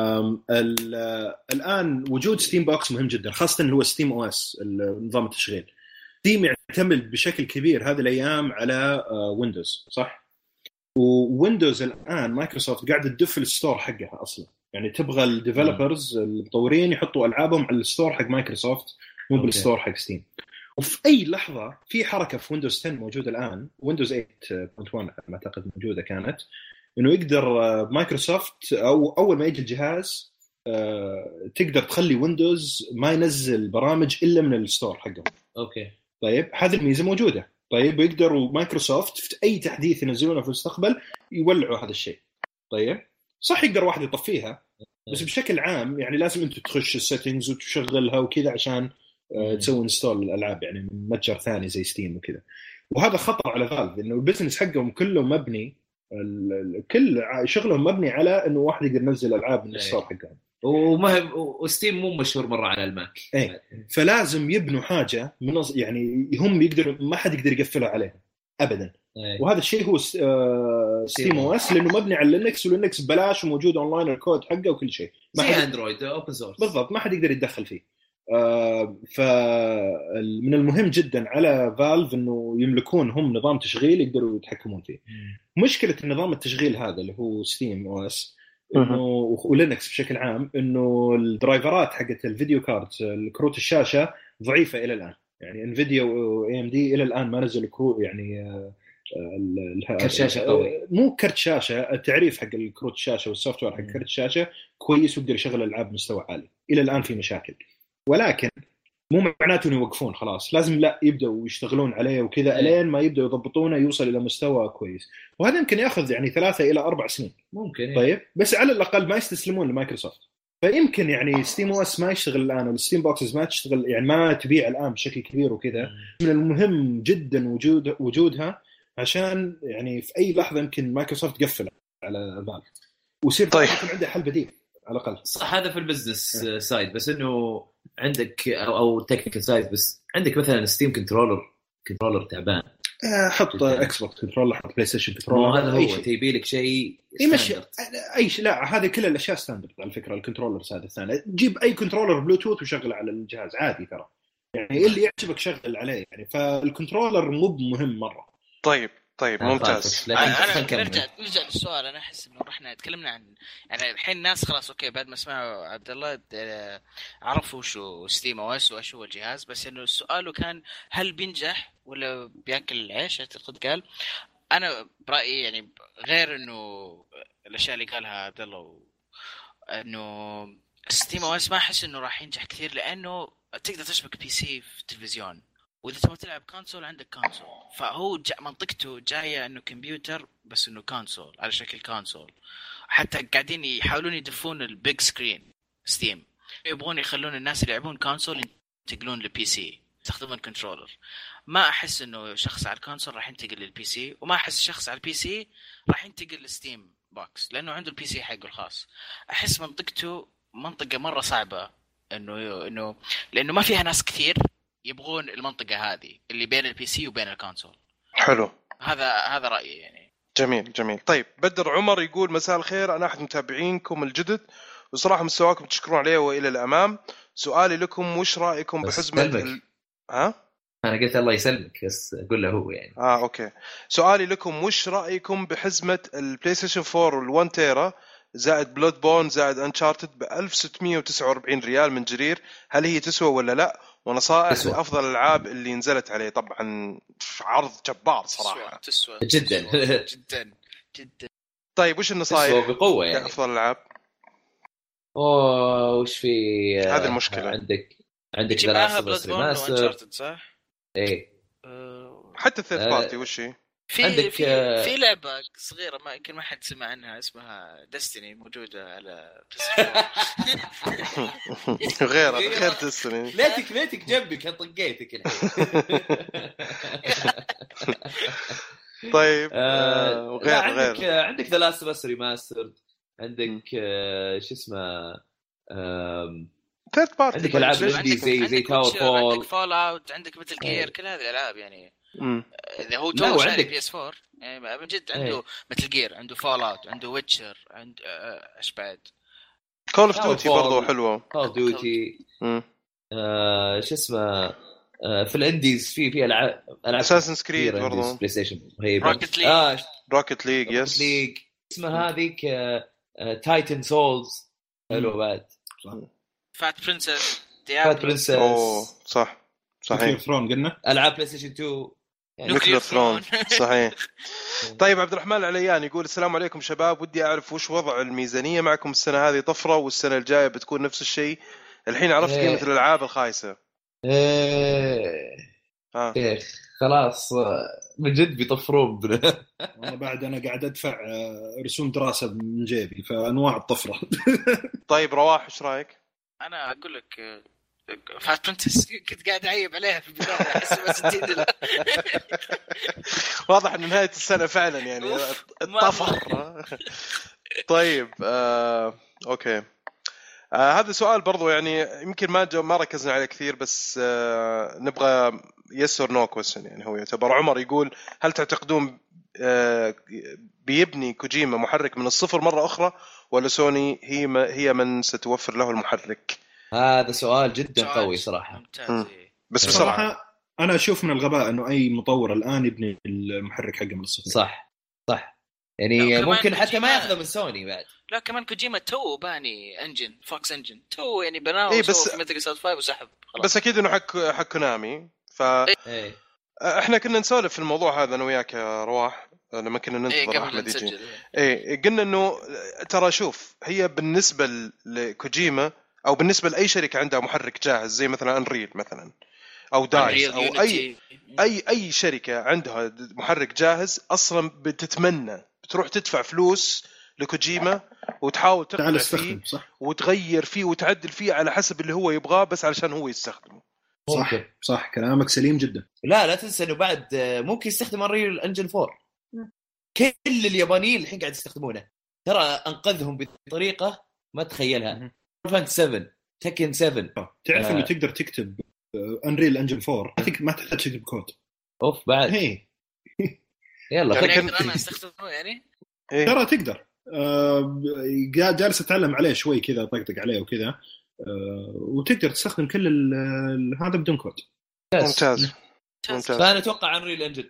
الان وجود ستيم بوكس مهم جدا، خاصه اللي هو ستيم او اس نظام التشغيل. ستيم يعتمد بشكل كبير هذه الايام على ويندوز صح، وويندوز الان مايكروسوفت قاعده تدف الستور حقها اصلا، يعني تبغى الديفلوبرز المطورين يحطوا العابهم على الستور حق مايكروسوفت مو بالستور حق ستيم. وفي اي لحظه في حركه في ويندوز 10 موجوده الان، ويندوز 8.1 ما اعتقد موجوده كانت، انه يقدر مايكروسوفت او اول ما يجي الجهاز تقدر تخلي ويندوز ما ينزل برامج الا من الستور حقهم. اوكي طيب هذه الميزه موجوده. طيب يقدروا مايكروسوفت في اي تحديث ينزلونه في المستقبل يولعوا هذا الشيء. طيب صح يقدر واحد يطفيها، بس بشكل عام يعني لازم انت تخش السيتنجز وتشغلها وكذا عشان تسوي انستول الالعاب يعني من متجر ثاني زي ستيم وكذا. وهذا خطر على فالف انه البزنس حقهم كله مبني، كل شغلهم مبني على انه واحد يقدر ينزل العاب من الستور حقهم، وستيم مو مشهور مره على الماك. فلازم يبنوا حاجه من يعني هم يقدروا ما حد يقدر يقفلها عليهم ابدا. وهذا الشيء هو ستيم او اس لانه مبني على لينكس، ولينكس ببلاش وموجود اونلاين الكود حقه وكل شيء، ما زي اندرويد اوبن سورس بالضبط، ما حد يقدر يتدخل فيه. فمن المهم جدا على فالف انه يملكون هم نظام تشغيل يقدروا يتحكمون فيه. مشكله النظام التشغيل هذا اللي هو ستيم او اس انه ولينكس بشكل عام انه الدرايفرات حقت الفيديو كاردز الكروت الشاشه ضعيفه الى الان. يعني انفيديا واي ام دي الى الان ما نزلوا كروت يعني كرت شاشه قوي، مو كرت شاشه، التعريف حق الكروت الشاشه والسوفت وير حق كرت الشاشه كويس ويقدر يشغل العاب مستوى عالي. الى الان في مشاكل، ولكن مو معناته انه يوقفون خلاص، لازم لا يبداوا يشتغلون عليه وكذا الين ما يبداوا يضبطونه يوصل الى مستوى كويس، وهذا يمكن ياخذ يعني 3 إلى 4 سنين ممكن. طيب بس على الاقل ما يستسلمون لمايكروسوفت. فيمكن يعني ستيم او اس ما يشتغل الان والستيم بوكسز ما تشتغل يعني ما تبيع الان بشكل كبير وكذا. من المهم جدا وجودها عشان يعني في اي لحظه يمكن مايكروسوفت تقفل على فالف ويصير طيب يكون عنده حل بديل على الاقل. صح هذا في البزنس سايد، بس انه عندك او تكنيكال سايد، بس عندك مثلا ستيم كنترولر تعبان، حط اكس بوكس كنترولر، حط بلاي ستيشن كنترولر، هذا هو تيبي لك شيء يمشي اي شيء. لا هذه كل الاشياء ستاندرد على فكره. الكنترولر هذا الثاني جيب اي كنترولر بلوتوث وشغله على الجهاز عادي ترى، يعني اللي يعجبك شغل عليه يعني. فالكنترولر مو مهم مره. طيب ممتاز. نرجع للسؤال. انا احس انه رحنا تكلمنا عن يعني الحين الناس خلاص اوكي بعد ما سمعوا عبد الله عرفوا شو ستيم او اس وايش هو الجهاز، بس انه السؤال كان هل بينجح ولا بياكل العيش؟ اعتقد قال انا برايي يعني غير انه الاشياء اللي قالها عبد الله انه ستيم او اس ما احس انه راح ينجح كثير، لانه تقدر تشبك بي سي في التلفزيون، واذا تبغى تلعب كونسول عندك كونسول. فهو منطقته جايه انه كمبيوتر بس انه كونسول على شكل كونسول. حتى قاعدين يحاولون يدفون البيج سكرين ستيم، يبغون يخلون الناس اللي يلعبون كونسول ينتقلون للبي سي يستخدمون كنترولر. ما احس انه شخص على الكونسول راح ينتقل للبي سي، وما احس شخص على البي سي راح ينتقل للستيم بوكس لانه عنده البي سي حقه الخاص. احس منطقته منطقه مره صعبه انه لانه ما فيها ناس كثير يبغون المنطقة هذه اللي بين البي سي وبين الكونسول. حلو، هذا رأيي يعني. جميل. طيب بدر عمر يقول مساء الخير، أنا أحد متابعينكم الجدد وصراحة مستواكم تشكرون عليه وإلى الأمام. سؤالي لكم وش رأيكم بحزمة ها؟ أنا قلت الله يسلمك بس أقول له هو يعني. أوكي. سؤالي لكم وش رأيكم بحزمة البلاي ستيشن 4 وال1 تيرا زائد بلود بون زائد أنشارتد ب1649 ريال من جرير؟ هل هي تسوى ولا لا؟ ونصائح لأفضل الألعاب اللي نزلت عليه. طبعا عرض جبار صراحة، تسوى جدا. طيب وش النصائح تسوى بقوة يعني لأفضل الألعاب؟ وش في هذه المشكلة. عندك ذا لاست بس ريماستر صح؟ ايه حتى الثيرد بارتي وش هي؟ في لعبة صغيرة ما يمكن ما حد سمع عنها اسمها ديستني موجودة على غير ديستني. ليتك جنبك طقيتك الحين. طيب غير عندك ذا لاست بس ريماستر، عندك شو اسمه ثيرد بارتي، عندك العاب زي تاور فول، عندك فول اوت، عندك مثل جير، كل هذه الالعاب يعني. اذا هو تو عندك بي اس 4 يعني من جد عنده مثل جير، عنده فول اوت، عنده ويتشر، عنده ايش بعد كول اوف ديوتي برضو حلوه. كول اوف ديوتي شو اسمه في الانديز في العاب اساسن سكريد برضو، بلاي ستيشن روكيت ليج يس اسمها هذيك تايتن سولز حلو بعد. فات برنسس صح صحيح. ثرون قلنا العاب بلاي ستيشن 2 نوكلير ثرون صحيح. طيب عبد الرحمن العليان يقول السلام عليكم شباب، ودي أعرف وش وضع الميزانية معكم السنة هذه؟ طفرة والسنة الجاية بتكون نفس الشيء؟ الحين عرفت قيمة الألعاب الخايسة. خلاص من جد بيطفرون بنا. أنا بعد أنا قاعد أدفع رسوم دراسة من جيبي فأنواع الطفرة. طيب رواح إيش رأيك؟ أنا أقول لك فات برنسس كنت قاعد أعيب عليها في البداية أحس $60. واضح إن نهاية السنة فعلا يعني الطفر. طيب أوكي. هذا سؤال برضو يعني يمكن ما ركزنا عليه كثير، بس نبغى yes or no question. يعني هو يعتبر عمر يقول هل تعتقدون بيبني كوجيما محرك من الصفر مرة أخرى، ولا سوني هي من ستوفر له المحرك؟ هذا سؤال جدا قوي صراحة. بس بصراحة أنا أشوف من الغباء إنه أي مطور الآن يبني المحرك حقه من الصفر. صح يعني ممكن حتى ما ياخذه من سوني بعد. لا كمان كوجيما تو باني انجن فوكس انجن تو يعني بناه بس في ميتال جير 5 وسحب خلاص. بس اكيد انه حق كونامي. ف احنا كنا نسولف في الموضوع هذا انا وياك يا رواح لما كنا ننتظر احمد يجي. قلنا انه ترى شوف هي بالنسبه لكوجيما او بالنسبه لاي شركه عندها محرك جاهز زي مثلا انريل مثلا او دايس او اي شركه عندها محرك جاهز اصلا بتتمنى بتروح تدفع فلوس لكوجيما وتحاول تقنع فيه وتغير فيه وتعدل فيه على حسب اللي هو يبغاه بس علشان هو يستخدمه. صح كلامك سليم جدا. لا تنسى انه بعد ممكن يستخدم انريل انجن 4. كل اليابانيين الحين قاعد يستخدمونه ترى انقذهم بطريقه ما تخيلها. فانت 7 تكن 7 تعرف انه تقدر تكتب انريل انجن 4 ما تحتاج تكتب كود اوف بعد يلا يعني انا استخدمه يعني ترى تقدر جالس اتعلم عليه شوي كذا طقطق عليه وكذا وتقدر تستخدم كل هذا بدون كود. ممتاز. فانا اتوقع انريل انجن.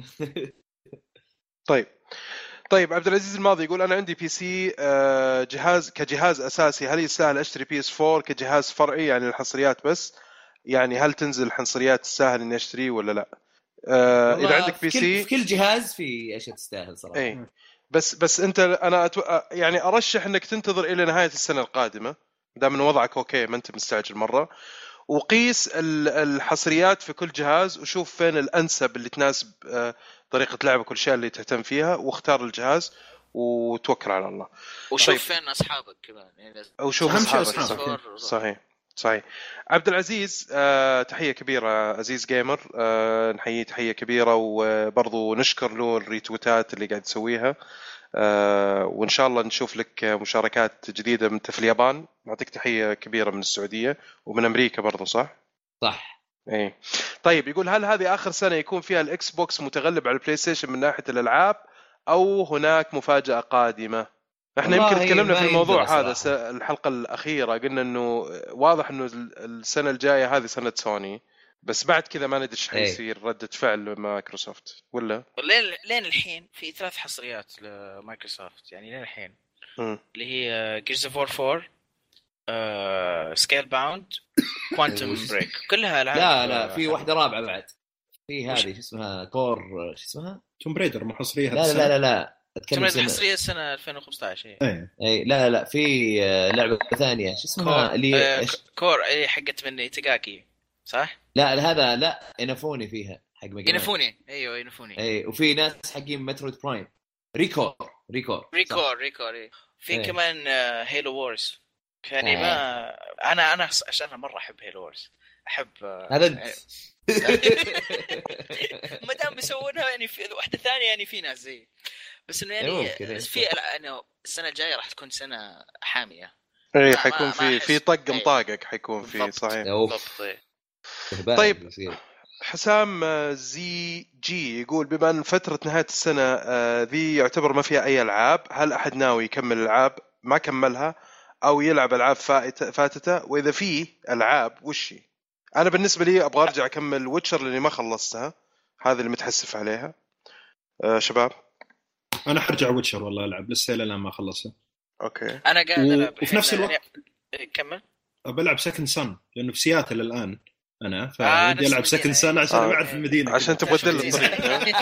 طيب عبد العزيز الماضي يقول انا عندي بي سي كجهاز اساسي، هل يستاهل اشتري بي اس 4 كجهاز فرعي يعني الحصريات بس؟ يعني هل تنزل الحصريات تستاهل اني اشتريه ولا لا؟ اذا عندك بي سي في كل جهاز في اشياء تستاهل صراحه. اي بس انت انا يعني ارشح انك تنتظر الى نهايه السنه القادمه دام انه وضعك اوكي ما انت مستعجل مره، وقيس الحصريات في كل جهاز وشوف فين الانسب اللي تناسب طريقه لعبك كل شيء اللي تهتم فيها واختار الجهاز وتوكل على الله. وشوف فين اصحابك كمان يعني او شوف اصحابك. صحيح. عبد العزيز تحيه كبيره عزيز جيمر، نحييه تحيه كبيره وبرضو نشكر له الريتويتات اللي قاعد تسويها، وإن شاء الله نشوف لك مشاركات جديدة من في اليابان. نعطيك تحية كبيرة من السعودية ومن أمريكا برضو صح؟ إيه. طيب يقول هل هذه آخر سنة يكون فيها الإكس بوكس متغلب على البلاي ستيشن من ناحية الألعاب أو هناك مفاجأة قادمة؟ احنا يمكن تكلمنا في الموضوع هذا الحلقة الأخيرة، قلنا إنه واضح إنه السنة الجاية هذه سنة سوني، بس بعد كذا ما ندري ايش حيصير ردة فعل مايكروسوفت ولا لين الحين في 3 حصريات لمايكروسوفت يعني لين الحين اللي هي جيرز اوف وور 4 سكيل باوند كوانتم بريك كلها العاب. لا في واحدة رابعة بعد في هذه اسمها كور شو اسمها توم بريدر محصريها. لا اتكلم حصرية السنة 2015. اي لا في لعبة ثانية شو اسمها اللي كور اي حقت مني تيغاكي صح؟ لا هذا لا انفوني فيها حق مجمع انفوني. ايوه انفوني. اي وفي ناس حقين مترويد برايم ريكور في كمان هيلو وورز يعني ما انا عشان مره احب هيلو وورز احب هذا ما دام بيسوونها يعني في واحده ثانيه يعني في ناس زي بس انه يعني في انا السنه الجايه راح تكون سنه حاميه. اي حيكون في طق مطاقك حيكون في صحيح. طيب حسام زي جي يقول بما أن فترة نهاية السنة ذي يعتبر ما فيها أي ألعاب، هل أحد ناوي يكمل الألعاب ما كملها أو يلعب ألعاب فاتته؟ وإذا فيه ألعاب وشي؟ أنا بالنسبة لي أبغى أرجع أكمل ويتشر لأني ما خلصتها، هذا اللي متحسف عليها. شباب أنا حرجع ويتشر والله ألعب لسه الآن ما خلصها. أوكي أنا قاعد ألعب وفي نفس الوقت كمل بلعب سكند سن لأنه في سياتل الآن أنا فبدي ألعب سكند سن عشان أعرف المدينة عشان تبدل الطريق.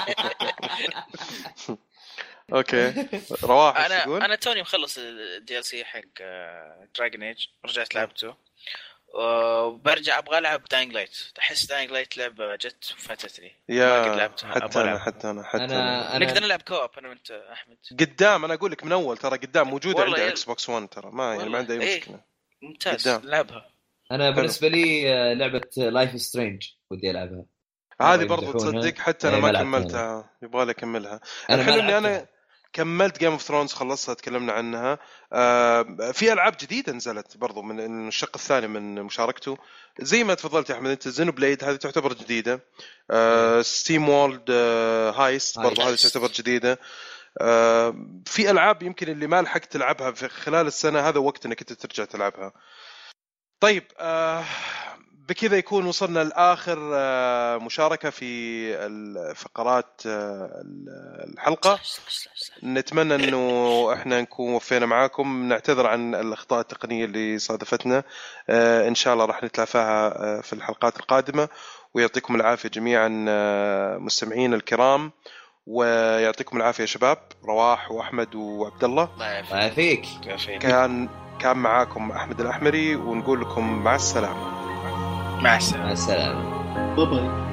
أوكي رواح أنا توني مخلص الدي ال سي حق دراجون ايج رجعت لعبته وبرجع أبغى ألعب داينغ لايت. أحس داينغ لايت لعبة جت وفاتتني حتى أنا نقدر نلعب كوب أنا وأنت أحمد قدام. أنا أقول لك من أول ترى قدام موجودة عند إكس بوكس 1 ترى ما يعني ما عندي أي مشكلة. ممتاز لعبها. أنا بالنسبة لي لعبة لايف سترينج ودي ألعبها هذه برضو تصدق حتى أنا ما كملتها يبغى لي أكملها. الحلو إني أنا كملت جيم اوف ثرونز، خلصتها تكلمنا عنها. في العاب جديده نزلت برضو من الشق الثاني من مشاركته، زي ما تفضلت يا احمد انت. زينو بليد هذه تعتبر جديده. ستيم وولد هايست برضو هذه تعتبر جديده. في العاب يمكن اللي ما لحقت تلعبها في خلال السنه، هذا وقت انك انت ترجع تلعبها. طيب بكذا يكون وصلنا لآخر مشاركة في الفقرات الحلقة. نتمنى أنه إحنا نكون وفينا معاكم. نعتذر عن الأخطاء التقنية اللي صادفتنا، إن شاء الله راح نتلافاها في الحلقات القادمة. ويعطيكم العافية جميعا مستمعين الكرام، ويعطيكم العافية يا شباب، رواح وأحمد وعبد الله. الله يعافيك. كان معاكم أحمد الأحمري، ونقول لكم مع السلامة. مع السلامة. مع السلامة. باي باي.